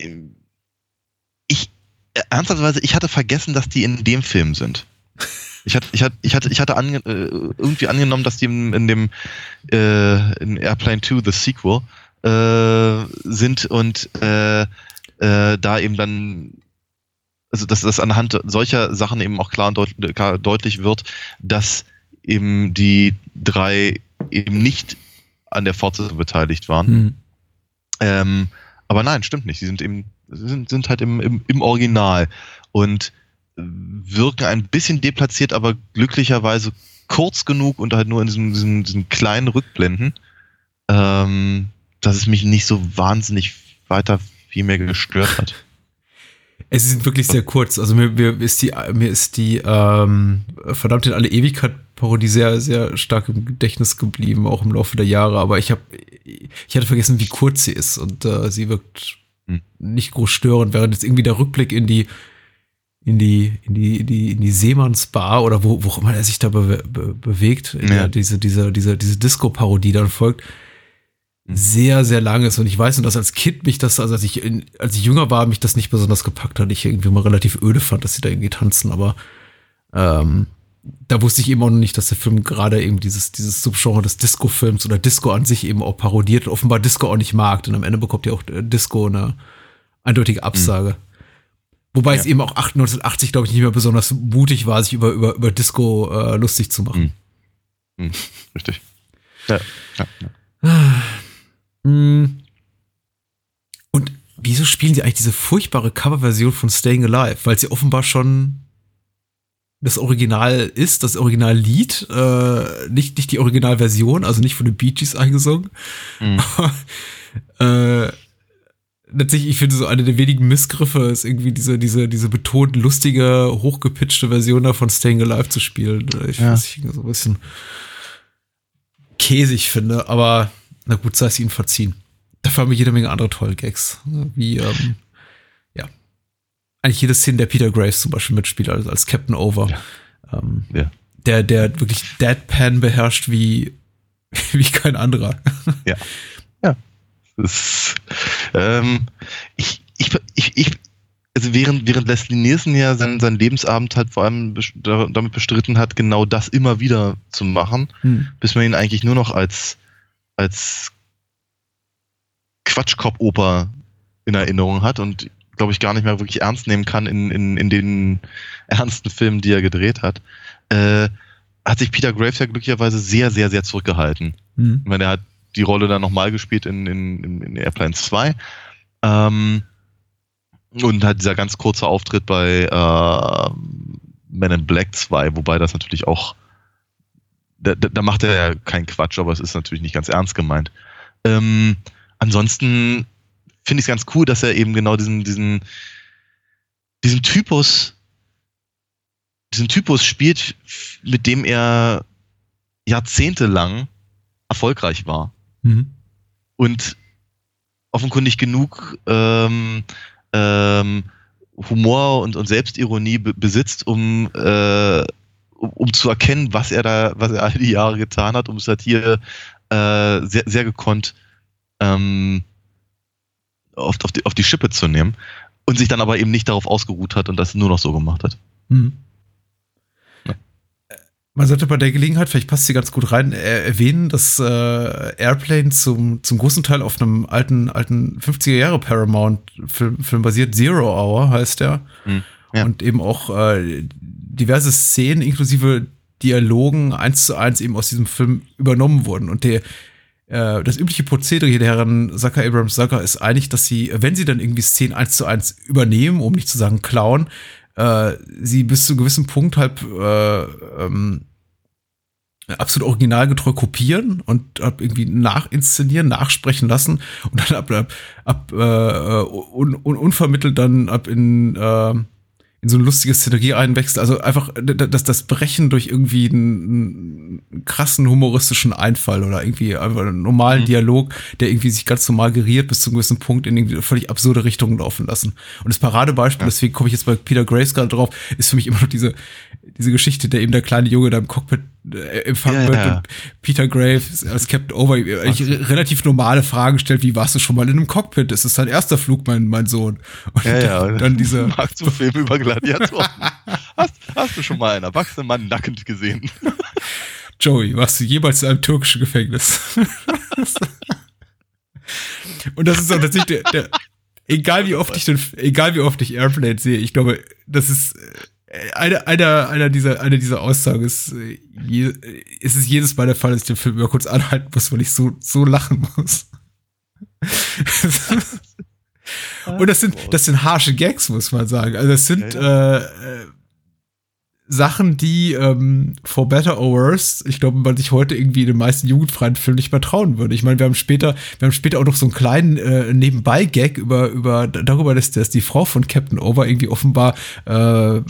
Ernsthaftweise, ich hatte vergessen, dass die in dem Film sind. Ich hatte irgendwie angenommen, dass die in Airplane 2, The Sequel, sind und da eben dann, also dass das anhand solcher Sachen eben auch klar und deutlich wird, dass eben die drei eben nicht an der Fortsetzung beteiligt waren. Aber nein, stimmt nicht. Die sind eben sind halt im Original und wirken ein bisschen deplatziert, aber glücklicherweise kurz genug und halt nur in diesen kleinen Rückblenden, dass es mich nicht so wahnsinnig weiter viel mehr gestört hat. Es sind wirklich sehr kurz. Also mir ist die verdammt in alle Ewigkeit Parodie sehr, sehr stark im Gedächtnis geblieben, auch im Laufe der Jahre. Aber ich hatte vergessen, wie kurz sie ist und sie wirkt nicht groß störend, während jetzt irgendwie der Rückblick in die Seemannsbar oder wo auch immer er sich da bewegt, diese Disco-Parodie dann folgt, sehr, sehr lang ist. Und ich weiß nur, dass als Kind mich das, also als ich jünger war, mich das nicht besonders gepackt hat. Ich irgendwie mal relativ öde fand, dass sie da irgendwie tanzen, aber da wusste ich eben auch noch nicht, dass der Film gerade eben dieses Subgenre des Disco-Films oder Disco an sich eben auch parodiert und offenbar Disco auch nicht mag. Denn am Ende bekommt ja auch Disco eine eindeutige Absage. Wobei es eben auch 1980, glaube ich, nicht mehr besonders mutig war, sich über Disco lustig zu machen. Richtig. Und wieso spielen sie eigentlich diese furchtbare Coverversion von Staying Alive? Weil sie offenbar schon das Original ist, das Originallied, nicht die Originalversion, also nicht von den Bee Gees eingesungen. Letztlich, ich finde, so eine der wenigen Missgriffe ist irgendwie diese betont lustige, hochgepitchte Version da von Staying Alive zu spielen. Ich weiß nicht, so ein bisschen käsig finde, aber na gut, sei es ihnen verziehen. Dafür haben wir jede Menge andere tolle Gags, wie eigentlich jede Szene, der Peter Graves zum Beispiel mitspielt als Captain Over, der wirklich Deadpan beherrscht wie kein anderer. Ja. Das, also während Leslie Nielsen ja seinen Lebensabend halt vor allem damit bestritten hat, genau das immer wieder zu machen, bis man ihn eigentlich nur noch als Quatschkopf-Oper in Erinnerung hat und glaube ich gar nicht mehr wirklich ernst nehmen kann in den ernsten Filmen, die er gedreht hat, hat sich Peter Graves ja glücklicherweise sehr, sehr, sehr zurückgehalten. Ich meine, er hat die Rolle dann nochmal gespielt in Airplane 2 und hat dieser ganz kurze Auftritt bei Men in Black 2, wobei das natürlich auch da macht er ja keinen Quatsch, aber es ist natürlich nicht ganz ernst gemeint. Ansonsten finde ich es ganz cool, dass er eben genau diesen Typus diesen Typus spielt, mit dem er jahrzehntelang erfolgreich war. Und offenkundig genug Humor und Selbstironie besitzt, um zu erkennen, was er all die Jahre getan hat, um es halt hier sehr, sehr gekonnt auf die Schippe zu nehmen und sich dann aber eben nicht darauf ausgeruht hat und das nur noch so gemacht hat. Man sollte bei der Gelegenheit, vielleicht passt sie ganz gut rein, erwähnen, dass Airplane zum großen Teil auf einem alten 50er Jahre Paramount-Film basiert. Zero Hour heißt der. Ja. Und eben auch diverse Szenen inklusive Dialogen 1:1 eben aus diesem Film übernommen wurden. Und das übliche Prozedere hier der Herren Zucker, Abrams, Zucker ist eigentlich, dass sie, wenn sie dann irgendwie Szenen 1:1 übernehmen, um nicht zu sagen klauen, sie bis zu einem gewissen Punkt halt absolut originalgetreu kopieren und irgendwie nachinszenieren, nachsprechen lassen und dann unvermittelt dann in so eine lustige Szenerie einwechseln. Also einfach das Brechen durch irgendwie einen krassen humoristischen Einfall oder irgendwie einfach einen normalen Dialog, der irgendwie sich ganz normal geriert, bis zu einem gewissen Punkt in irgendwie völlig absurde Richtungen laufen lassen. Und das Paradebeispiel, deswegen komme ich jetzt bei Peter Grace gerade drauf, ist für mich immer noch diese Geschichte, der eben der kleine Junge da im Cockpit empfangen wird und Peter Graves als Captain Over relativ normale Fragen stellt, wie warst du schon mal in einem Cockpit? Das ist dein erster Flug, mein Sohn. Und dann diese magst du Filme über Gladiatoren? Hast du schon mal einen erwachsenen Mann nackend gesehen? Joey, warst du jemals in einem türkischen Gefängnis? Und das ist auch tatsächlich egal wie oft ich Airplane sehe, ich glaube, das ist einer dieser Aussagen ist es jedes Mal der Fall, dass ich den Film immer kurz anhalten muss, weil ich so lachen muss. Und das sind harsche Gags, muss man sagen. Also das sind Sachen, die for better or worse, ich glaube, man sich heute irgendwie in den meisten jugendfreien Filmen nicht mehr trauen würde. Ich meine, wir haben später auch noch so einen kleinen Nebenbei-Gag darüber, dass die Frau von Captain Over irgendwie offenbar mit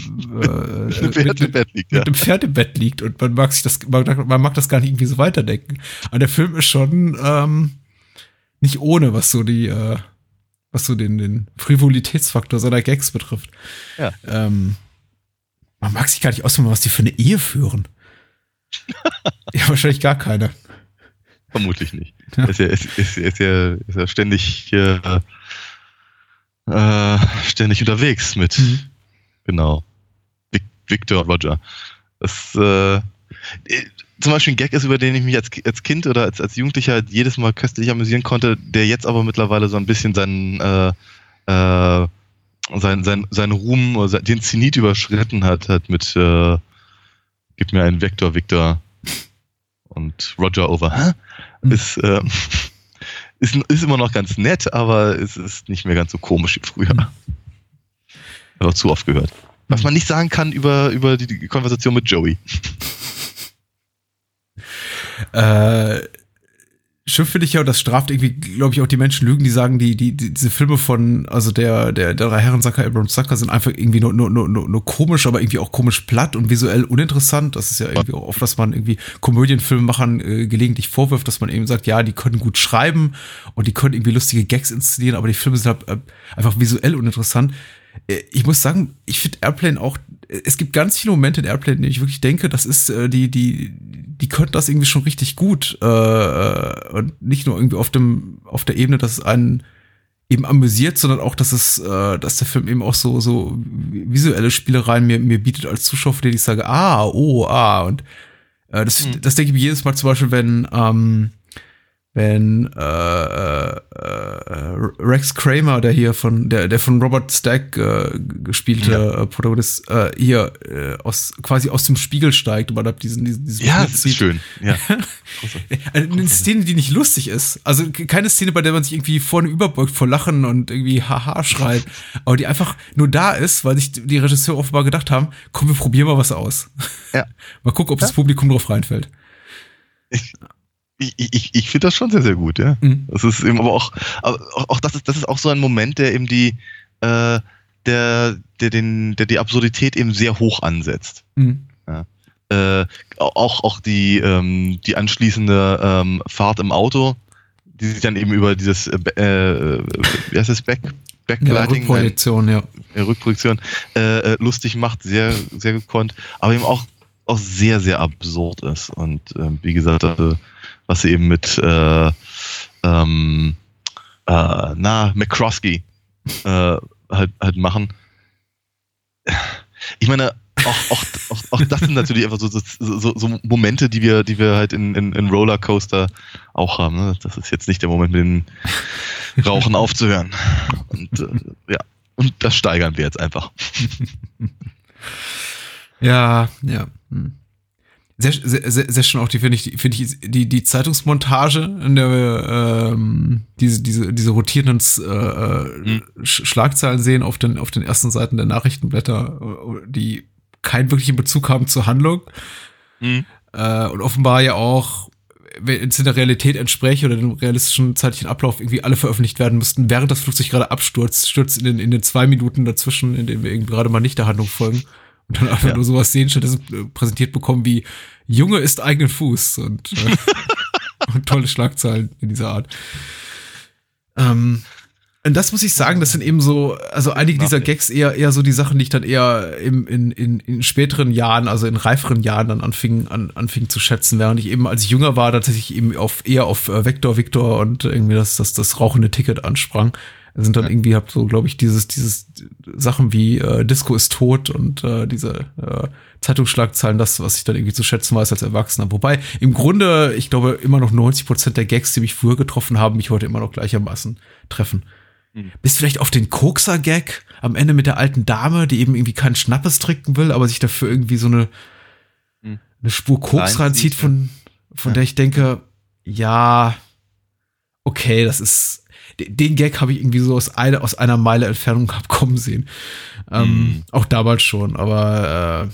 einem Pferd im Bett liegt und man mag das gar nicht irgendwie so weiterdenken. Aber der Film ist schon nicht ohne, was so den Frivolitätsfaktor seiner Gags betrifft. Ja. Man mag sich gar nicht ausmalen, was die für eine Ehe führen. Ja, wahrscheinlich gar keine. Vermutlich nicht. Ja. Ist ja ständig unterwegs mit genau Victor und Roger. Das zum Beispiel ein Gag ist, über den ich mich als Kind oder als Jugendlicher jedes Mal köstlich amüsieren konnte, der jetzt aber mittlerweile so ein bisschen seinen Ruhm, oder den Zenit überschritten hat mit gib mir einen Vektor, Victor und Roger over. Ist immer noch ganz nett, aber es ist nicht mehr ganz so komisch wie früher. Aber zu oft gehört. Was man nicht sagen kann über die Konversation mit Joey. Schön finde ich ja, und das straft irgendwie, glaube ich, auch die Menschen Lügen, die sagen, diese Filme von, also der drei Herren Zucker, Abrams, Zucker sind einfach irgendwie nur komisch, aber irgendwie auch komisch platt und visuell uninteressant. Das ist ja irgendwie auch oft, was man irgendwie Komödienfilmemachern gelegentlich vorwirft, dass man eben sagt, ja, die können gut schreiben und die können irgendwie lustige Gags inszenieren, aber die Filme sind halt einfach visuell uninteressant. Ich muss sagen, ich finde Airplane auch, es gibt ganz viele Momente in Airplane, in denen ich wirklich denke, das ist, die können das irgendwie schon richtig gut, und nicht nur irgendwie auf der Ebene, dass es einen eben amüsiert, sondern auch, dass der Film eben auch so visuelle Spielereien mir bietet als Zuschauer, für den ich sage, und das denke ich mir jedes Mal zum Beispiel, wenn Rex Kramer, der von Robert Stack gespielte Protagonist, quasi aus dem Spiegel steigt und man hat diesen ja, das ist schön. Ja. Eine Szene, die nicht lustig ist. Also keine Szene, bei der man sich irgendwie vorne überbeugt vor Lachen und irgendwie Haha schreit, aber die einfach nur da ist, weil sich die Regisseure offenbar gedacht haben, komm, wir probieren mal was aus. Ja. Mal gucken, ob das Publikum drauf reinfällt. Ich finde das schon sehr, sehr gut, ja. Das ist eben aber auch das ist auch so ein Moment, der eben der die Absurdität eben sehr hoch ansetzt. Mhm. Ja. Auch die anschließende Fahrt im Auto, die sich dann eben über dieses wie heißt das, Backlighting, Rückprojektion, Rückprojektion lustig macht, sehr, sehr gekonnt, aber eben auch sehr, sehr absurd ist. Und wie gesagt, was sie eben mit McCroskey halt machen. Ich meine, auch das sind natürlich einfach so Momente, die wir halt in Rollercoaster auch haben. Ne? Das ist jetzt nicht der Moment, mit dem Rauchen aufzuhören. Und und das steigern wir jetzt einfach. Ja. Sehr, sehr, sehr, sehr schön auch finde ich die Zeitungsmontage, in der wir diese rotierenden Schlagzeilen sehen auf den ersten Seiten der Nachrichtenblätter, die keinen wirklichen Bezug haben zur Handlung. Und offenbar ja auch, wenn es in der Realität entspräche oder dem realistischen zeitlichen Ablauf irgendwie alle veröffentlicht werden müssten, während das Flugzeug gerade stürzt in den 2 Minuten dazwischen, in denen wir irgendwie gerade mal nicht der Handlung folgen. Und dann einfach nur sowas sehen, stattdessen präsentiert bekommen wie Junge isst eigenen Fuß und tolle Schlagzeilen in dieser Art. Und das muss ich sagen, das sind eben so, also einige dieser Gags eher so die Sachen, die ich dann eher in späteren Jahren, also in reiferen Jahren dann anfing zu schätzen, während ich eben, als ich jünger war, tatsächlich eben eher auf Victor und irgendwie das rauchende Ticket ansprang. Sind dann irgendwie, glaube ich, dieses Sachen wie Disco ist tot und diese Zeitungsschlagzeilen, das, was ich dann irgendwie zu schätzen weiß als Erwachsener. Wobei, im Grunde, ich glaube, immer noch 90% der Gags, die mich früher getroffen haben, mich heute immer noch gleichermaßen treffen. Bis vielleicht auf den Kokser-Gag am Ende mit der alten Dame, die eben irgendwie keinen Schnappes trinken will, aber sich dafür irgendwie so eine Spur Koks reinzieht, von der ich denke, ja, okay, das ist den Gag habe ich irgendwie so aus einer Meile Entfernung kommen sehen. Auch damals schon, aber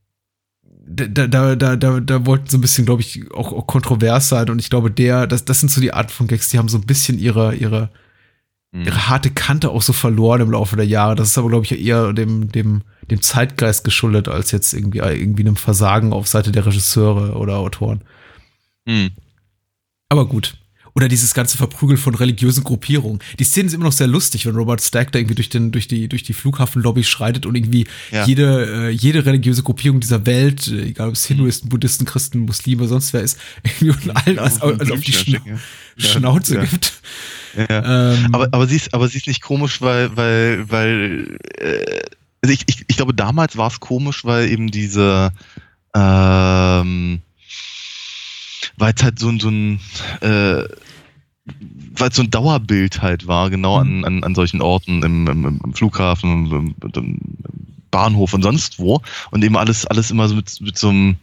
da wollten sie ein bisschen, glaube ich, auch kontrovers sein, und ich glaube, das sind so die Art von Gags, die haben so ein bisschen ihre harte Kante auch so verloren im Laufe der Jahre. Das ist aber, glaube ich, eher dem Zeitgeist geschuldet, als jetzt irgendwie einem Versagen auf Seite der Regisseure oder Autoren. Aber gut. Oder dieses ganze Verprügeln von religiösen Gruppierungen. Die Szene ist immer noch sehr lustig, wenn Robert Stack da irgendwie durch die Flughafenlobby schreitet und irgendwie jede religiöse Gruppierung dieser Welt, egal ob es Hinduisten, Buddhisten, Christen, Muslime, sonst wer ist, irgendwie allen also auf die Schnauze gibt. Ja. Aber sie ist nicht komisch, weil also ich glaube, damals war es komisch, weil eben diese weil es halt so ein Dauerbild halt war, genau an solchen Orten, im Flughafen, im Bahnhof und sonst wo, und eben alles immer so mit so einem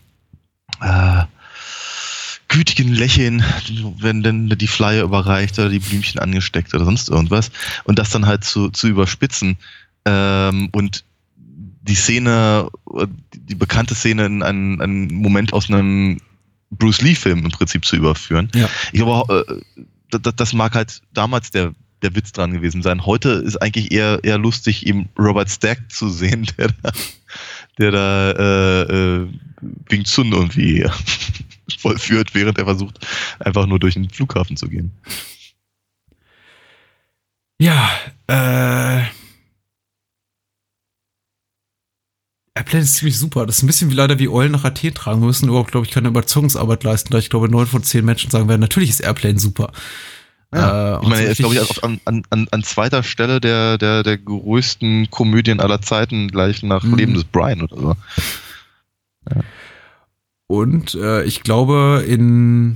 gütigen Lächeln, wenn denn die Flyer überreicht oder die Blümchen angesteckt oder sonst irgendwas, und das dann halt zu überspitzen und die Szene, die bekannte Szene in einen Moment aus einem Bruce Lee-Film im Prinzip zu überführen. Ja. Ich glaube, das mag halt damals der Witz dran gewesen sein. Heute ist eigentlich eher lustig, eben Robert Stack zu sehen, der da Wing Chun irgendwie vollführt, während er versucht, einfach nur durch den Flughafen zu gehen. Ja, Airplane ist ziemlich super. Das ist ein bisschen wie Eulen nach Athen tragen. Wir müssen überhaupt, glaube ich, keine Überzeugungsarbeit leisten, da ich glaube, 9 von 10 Menschen sagen werden, natürlich ist Airplane super. Ja. Ich meine, er ist, glaube ich, an zweiter Stelle der größten Komödien aller Zeiten, gleich nach Leben des Brian oder so. Ja. Und ich glaube, in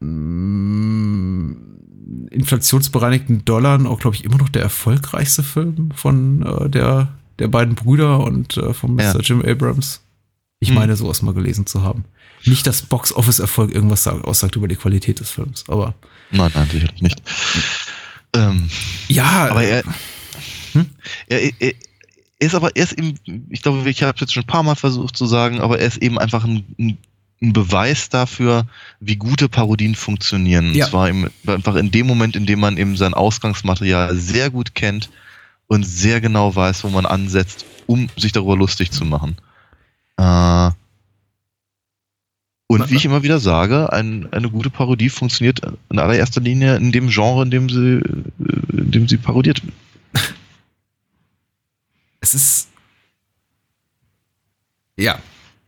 inflationsbereinigten Dollar auch, glaube ich, immer noch der erfolgreichste Film von der beiden Brüder und von Mr. Jim Abrams. Ich meine, sowas mal gelesen zu haben. Nicht, dass Box-Office-Erfolg irgendwas aussagt über die Qualität des Films, aber... Nein, sicherlich nicht. Ja. Aber er ist eben, ich glaube, ich habe es jetzt schon ein paar Mal versucht zu sagen, aber er ist eben einfach ein Beweis dafür, wie gute Parodien funktionieren. Ja. Und zwar einfach in dem Moment, in dem man eben sein Ausgangsmaterial sehr gut kennt und sehr genau weiß, wo man ansetzt, um sich darüber lustig zu machen. Und wie ich immer wieder sage, eine gute Parodie funktioniert in allererster Linie in dem Genre, in dem sie parodiert wird. Es ist ja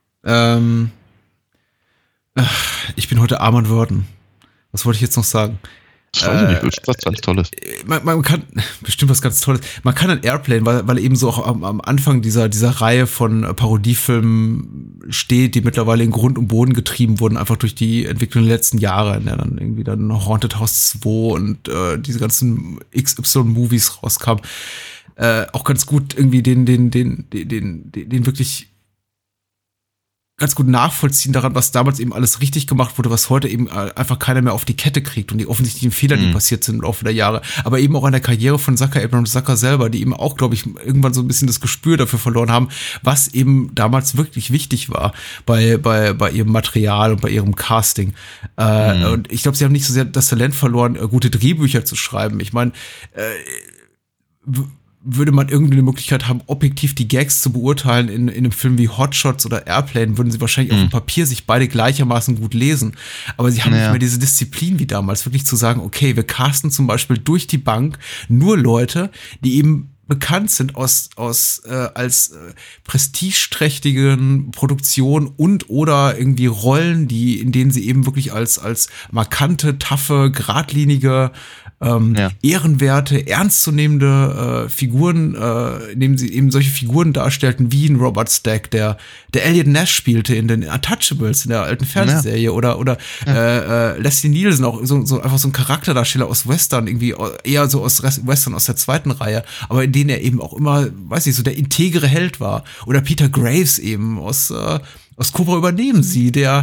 ich bin heute arm an Wörtern. Was wollte ich jetzt noch sagen? Das weiß ich nicht, bestimmt was ganz Tolles. Man kann, bestimmt was ganz Tolles. Man kann an Airplane, weil eben so auch am Anfang dieser Reihe von Parodiefilmen steht, die mittlerweile in Grund und Boden getrieben wurden, einfach durch die Entwicklung der letzten Jahre, in der dann irgendwie dann Haunted House 2 und diese ganzen XY-Movies rauskamen. Auch ganz gut irgendwie den wirklich ganz gut nachvollziehen daran, was damals eben alles richtig gemacht wurde, was heute eben einfach keiner mehr auf die Kette kriegt und die offensichtlichen Fehler, die passiert sind im Laufe der Jahre. Aber eben auch an der Karriere von Abrams Zucker selber, die eben auch, glaube ich, irgendwann so ein bisschen das Gespür dafür verloren haben, was eben damals wirklich wichtig war bei ihrem Material und bei ihrem Casting. Und ich glaube, sie haben nicht so sehr das Talent verloren, gute Drehbücher zu schreiben. Ich meine, würde man irgendwie eine Möglichkeit haben, objektiv die Gags zu beurteilen in einem Film wie Hot Shots oder Airplane, würden sie wahrscheinlich auf dem Papier sich beide gleichermaßen gut lesen. Aber sie haben nicht mehr diese Disziplin wie damals, wirklich zu sagen, okay, wir casten zum Beispiel durch die Bank nur Leute, die eben bekannt sind als prestigeträchtigen Produktionen und oder irgendwie Rollen, in denen sie eben wirklich als markante, taffe, geradlinige, ehrenwerte, ernstzunehmende Figuren, indem sie eben solche Figuren darstellten wie ein Robert Stack, der Elliot Ness spielte in den Untouchables, in der alten Fernsehserie, oder Leslie Nielsen, auch so einfach so ein Charakterdarsteller aus Western, irgendwie eher so aus Western aus der zweiten Reihe, aber in denen er eben auch immer, weiß ich, so der integre Held war. Oder Peter Graves eben aus Cobra übernehmen sie, der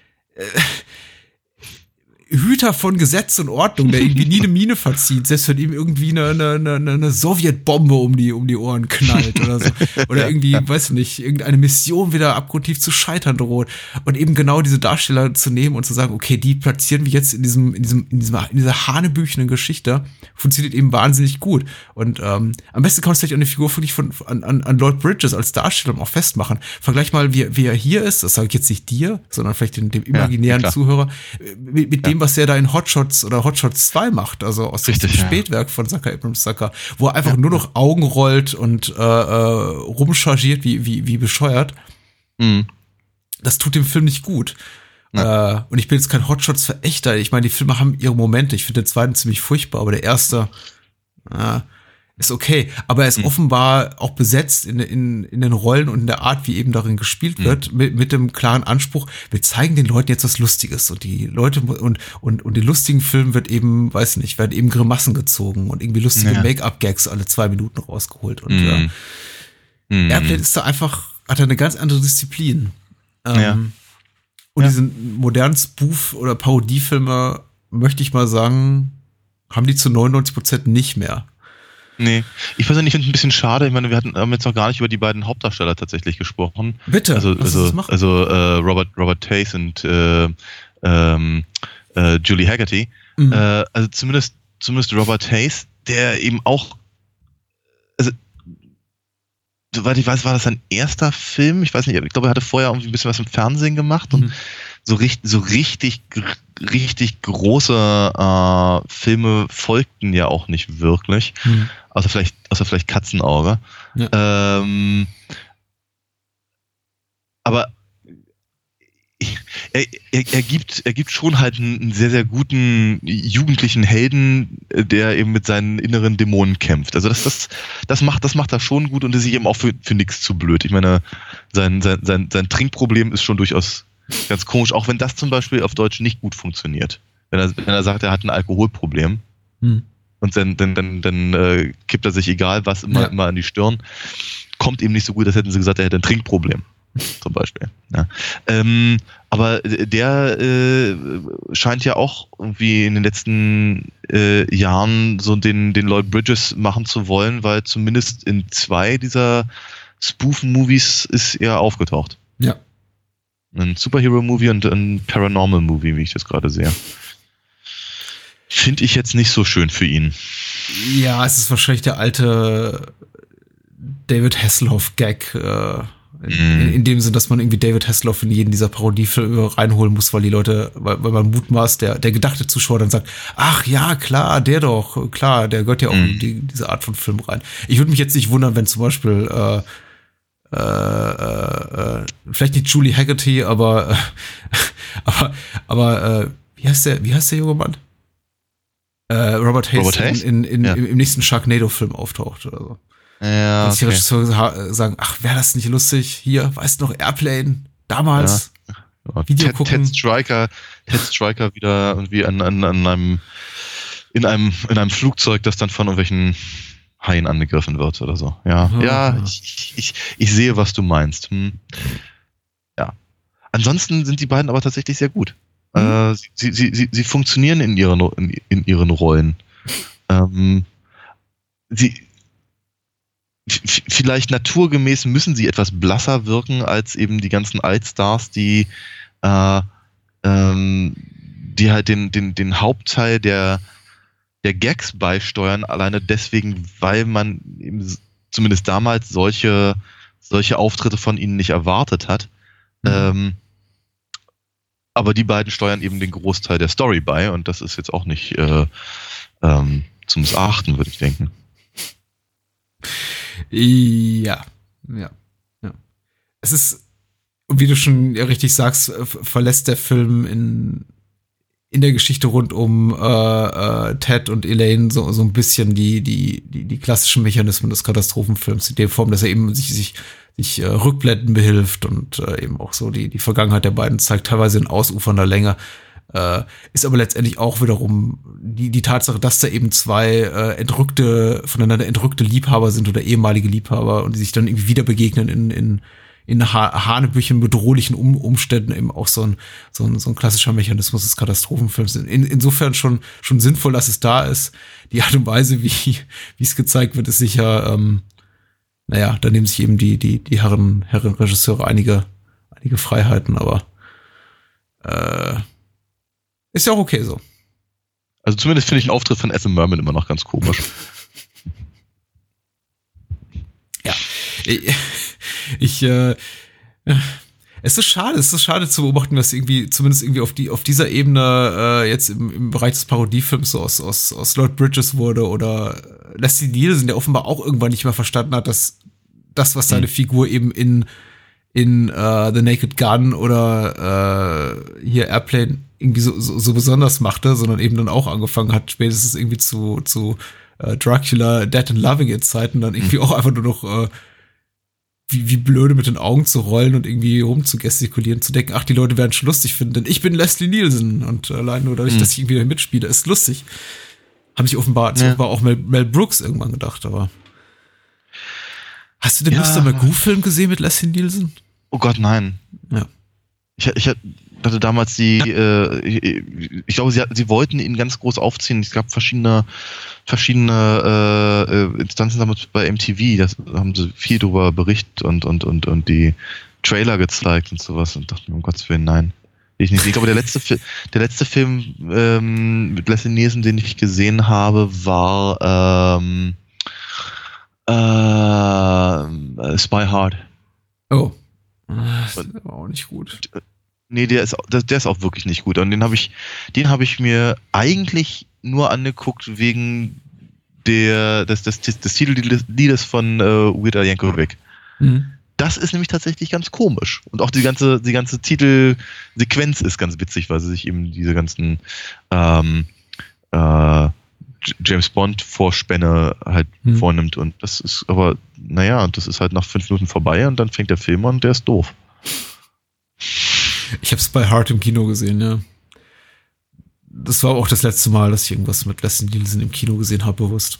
Hüter von Gesetz und Ordnung, der irgendwie nie eine Mine verzieht, selbst wenn ihm irgendwie eine Sowjetbombe um die Ohren knallt oder so. Oder irgendwie, weiß ich nicht, irgendeine Mission wieder abgrundtief zu scheitern droht. Und eben genau diese Darsteller zu nehmen und zu sagen, okay, die platzieren wir jetzt in dieser hanebüchenen Geschichte, funktioniert eben wahnsinnig gut. Und am besten kann man es vielleicht an eine Figur wirklich an Lloyd Bridges als Darsteller auch festmachen. Vergleich mal, wie er hier ist, das sage ich jetzt nicht dir, sondern vielleicht dem imaginären Zuhörer, mit dem, was er da in Hot Shots oder Hot Shots 2 macht, also aus dem Spätwerk von Abrams Zucker, wo er einfach nur noch Augen rollt und rumchargiert wie bescheuert. Das tut dem Film nicht gut. Und ich bin jetzt kein Hot Shots Verächter. Ich meine, die Filme haben ihre Momente. Ich finde den zweiten ziemlich furchtbar, aber der erste ist okay. Aber er ist offenbar auch besetzt in den Rollen und in der Art, wie eben darin gespielt wird, mit dem klaren Anspruch, wir zeigen den Leuten jetzt was Lustiges. Und die Leute und den lustigen Film wird eben, weiß nicht, werden eben Grimassen gezogen und irgendwie lustige Make-up-Gags alle 2 Minuten rausgeholt. Und Airplane ist da einfach, hat eine ganz andere Disziplin. Und diese modernen Spoof- oder Parodiefilme, möchte ich mal sagen, haben die zu 99% nicht mehr. Nee, ich persönlich finde es ein bisschen schade. Ich meine, wir haben jetzt noch gar nicht über die beiden Hauptdarsteller tatsächlich gesprochen. Bitte, also Robert Tace und Julie Haggerty. Also zumindest Robert Tace, der eben auch, also soweit ich weiß, war das sein erster Film. Ich weiß nicht, ich glaube, er hatte vorher irgendwie ein bisschen was im Fernsehen gemacht und so richtig große Filme folgten ja auch nicht wirklich. Außer vielleicht Katzenauge. Ja. Aber er gibt schon halt einen sehr, sehr guten jugendlichen Helden, der eben mit seinen inneren Dämonen kämpft. Also das macht er schon gut und ist sich eben auch für nichts zu blöd. Ich meine, sein Trinkproblem ist schon durchaus ganz komisch, auch wenn das zum Beispiel auf Deutsch nicht gut funktioniert. Wenn er sagt, er hat ein Alkoholproblem und dann kippt er sich egal was immer an die Stirn, kommt eben nicht so gut, als hätten sie gesagt, er hätte ein Trinkproblem. Zum Beispiel. Ja. Aber der scheint ja auch irgendwie in den letzten Jahren so den Lloyd Bridges machen zu wollen, weil zumindest in 2 dieser Spoof-Movies ist er aufgetaucht. Ja. Ein Superhero-Movie und ein Paranormal-Movie, wie ich das gerade sehe. Finde ich jetzt nicht so schön für ihn. Ja, es ist wahrscheinlich der alte David Hasselhoff-Gag, in dem Sinn, dass man irgendwie David Hasselhoff in jeden dieser Parodiefilme reinholen muss, weil die Leute, weil man mutmaßt, der gedachte Zuschauer dann sagt, ach ja, klar, der gehört ja auch in diese Art von Film rein. Ich würde mich jetzt nicht wundern, wenn zum Beispiel vielleicht nicht Julie Haggerty, aber wie heißt der junge Mann? Robert Hays im nächsten Sharknado-Film auftaucht oder so. Ja, und die Regisseure sagen, ach, wäre das nicht lustig? Hier, weißt du noch, Airplane, damals, Video gucken. Ted Striker wieder irgendwie in einem Flugzeug, das dann von irgendwelchen Haien angegriffen wird oder so. Ich sehe, was du meinst. Ja. Ansonsten sind die beiden aber tatsächlich sehr gut. Sie funktionieren in ihren Rollen. Vielleicht naturgemäß müssen sie etwas blasser wirken als eben die ganzen Altstars, die halt den Hauptteil der Gags beisteuern, alleine deswegen, weil man eben zumindest damals solche Auftritte von ihnen nicht erwartet hat. Aber die beiden steuern eben den Großteil der Story bei und das ist jetzt auch nicht zum Missachten, würde ich denken. Ja. Es ist, wie du schon richtig sagst, verlässt der Film in der Geschichte rund um Ted und Elaine so ein bisschen die klassischen Mechanismen des Katastrophenfilms, in der Form, dass er eben sich Rückblenden behilft und eben auch so die Vergangenheit der beiden zeigt, teilweise in ausufernder Länge. Ist aber letztendlich auch wiederum die Tatsache, dass da eben zwei voneinander entrückte Liebhaber sind oder ehemalige Liebhaber und die sich dann irgendwie wieder begegnen in hanebüchen bedrohlichen Umständen, eben auch so ein klassischer Mechanismus des Katastrophenfilms. Insofern schon sinnvoll, dass es da ist. Die Art und Weise, wie es gezeigt wird, ist sicher, da nehmen sich eben die Herren Regisseure einige Freiheiten, aber ist ja auch okay so. Also zumindest finde ich den Auftritt von Ethel Merman immer noch ganz komisch. Ja. Es ist schade zu beobachten, dass zumindest auf dieser Ebene jetzt im Bereich des Parodiefilms so aus Lloyd Bridges wurde oder Leslie Nielsen, der offenbar auch irgendwann nicht mehr verstanden hat, dass das, was seine Figur eben in The Naked Gun oder hier Airplane irgendwie so besonders machte, sondern eben dann auch angefangen hat, spätestens irgendwie zu Dracula, Dead and Loving It Zeiten dann irgendwie auch einfach nur noch wie blöde mit den Augen zu rollen und irgendwie rumzugestikulieren, zu denken, ach, die Leute werden schon lustig finden, denn ich bin Leslie Nielsen und allein nur dadurch, dass ich irgendwie mitspiele, ist lustig. Haben sich offenbar auch Mel Brooks irgendwann gedacht, aber hast du den Mr. Magoo-Film gesehen mit Leslie Nielsen? Oh Gott, nein. Ja. Ich hatte damals ich glaube, sie wollten ihn ganz groß aufziehen. Es gab verschiedene Instanzen damals bei MTV, da haben sie viel drüber berichtet und die Trailer gezeigt und sowas und dachte mir, um Gottes Willen, nein. Ich glaube, der letzte Film mit Leslie Nielsen, den ich gesehen habe, war Spy Hard. Oh. Das ist aber auch nicht gut. Nee, der ist auch wirklich nicht gut. Und den habe ich mir eigentlich nur angeguckt wegen des Titelliedes von Weird Al Yankovic. Das ist nämlich tatsächlich ganz komisch. Und auch die ganze Titelsequenz ist ganz witzig, weil sie sich eben diese ganzen James Bond Vorspänne halt vornimmt. Und das ist aber, das ist halt nach 5 Minuten vorbei und dann fängt der Film an und der ist doof. Ich habe es bei Heart im Kino gesehen, ja. Das war auch das letzte Mal, dass ich irgendwas mit Leslie Nielsen im Kino gesehen habe, bewusst.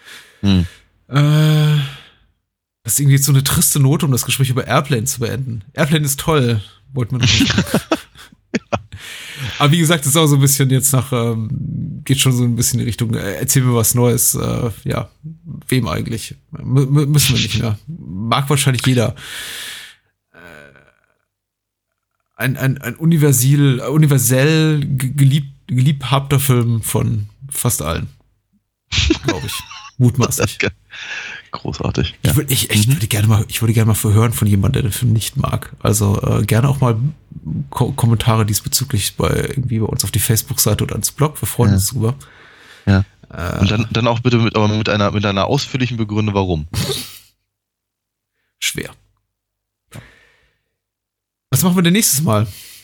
Das ist irgendwie so eine triste Note, um das Gespräch über Airplane zu beenden. Airplane ist toll, wollten wir noch nicht sagen. Aber wie gesagt, das ist auch so ein bisschen jetzt geht schon so ein bisschen in die Richtung, erzähl mir was Neues. Wem eigentlich? Müssen wir nicht mehr. Mag wahrscheinlich jeder. Ein universell geliebhabter Film von fast allen. Glaube ich. Mutmaßlich. Großartig. Ja. Ich würde gerne mal verhören von jemandem, der den Film nicht mag. Also gerne auch mal Kommentare diesbezüglich bei uns auf die Facebook-Seite oder ans Blog. Wir freuen uns drüber. Ja. Und dann auch bitte mit einer ausführlichen Begründung, warum. Schwer. Was machen wir denn nächstes Mal?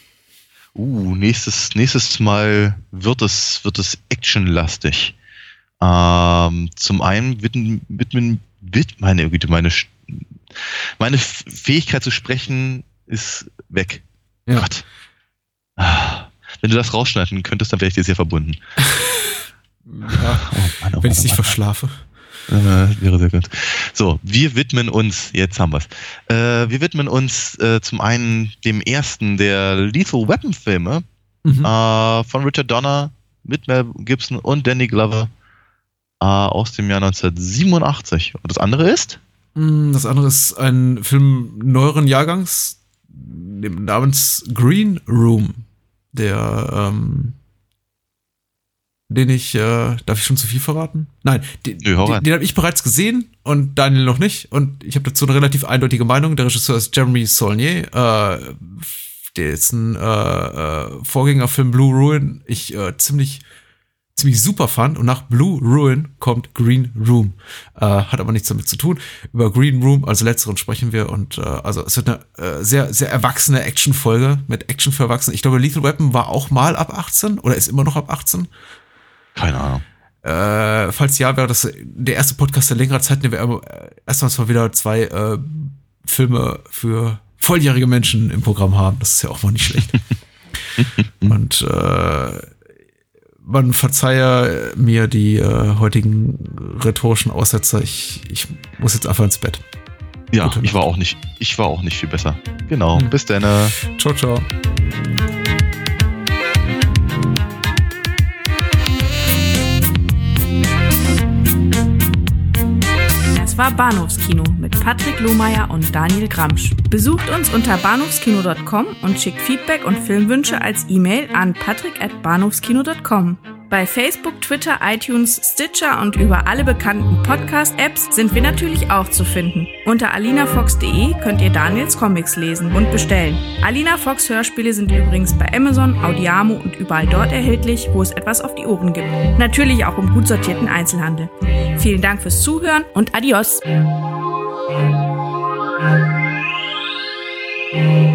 Nächstes Mal wird es actionlastig. Zum einen meine Fähigkeit zu sprechen ist weg. Ja. Gott. Wenn du das rausschneiden könntest, dann wäre ich dir sehr verbunden. Ja, wenn ich es nicht verschlafe. Wäre sehr gut. So, wir widmen uns, jetzt haben wir es. Wir widmen uns zum einen dem ersten der Lethal Weapon Filme von Richard Donner mit Mel Gibson und Danny Glover aus dem Jahr 1987. Und das andere ist? Das andere ist ein Film neueren Jahrgangs namens Green Room, den ich, darf ich schon zu viel verraten? Nein, den habe ich bereits gesehen und Daniel noch nicht. Und ich habe dazu eine relativ eindeutige Meinung. Der Regisseur ist Jeremy Saulnier, der ist ein Vorgängerfilm Blue Ruin ich ziemlich super fand. Und nach Blue Ruin kommt Green Room. Hat aber nichts damit zu tun. Über Green Room, also letzteren, sprechen wir. Und also es wird eine sehr, sehr erwachsene Actionfolge mit Action für Erwachsene. Ich glaube, Lethal Weapon war auch mal ab 18 oder ist immer noch ab 18. Keine Ahnung. Falls ja, wäre das der erste Podcast der längerer Zeit, in dem wir erstmals mal wieder 2 Filme für volljährige Menschen im Programm haben. Das ist ja auch mal nicht schlecht. Und man verzeihe mir die heutigen rhetorischen Aussetzer. Ich muss jetzt einfach ins Bett. Ja, ich war auch nicht viel besser. Genau. Bis dann. Ciao, ciao. Das war Bahnhofskino mit Patrick Lohmeier und Daniel Gramsch. Besucht uns unter bahnhofskino.com und schickt Feedback und Filmwünsche als E-Mail an patrick@bahnhofskino.com. Bei Facebook, Twitter, iTunes, Stitcher und über alle bekannten Podcast-Apps sind wir natürlich auch zu finden. Unter alinafox.de könnt ihr Daniels Comics lesen und bestellen. Alina Fox Hörspiele sind übrigens bei Amazon, Audiamo und überall dort erhältlich, wo es etwas auf die Ohren gibt. Natürlich auch im gut sortierten Einzelhandel. Vielen Dank fürs Zuhören und adios.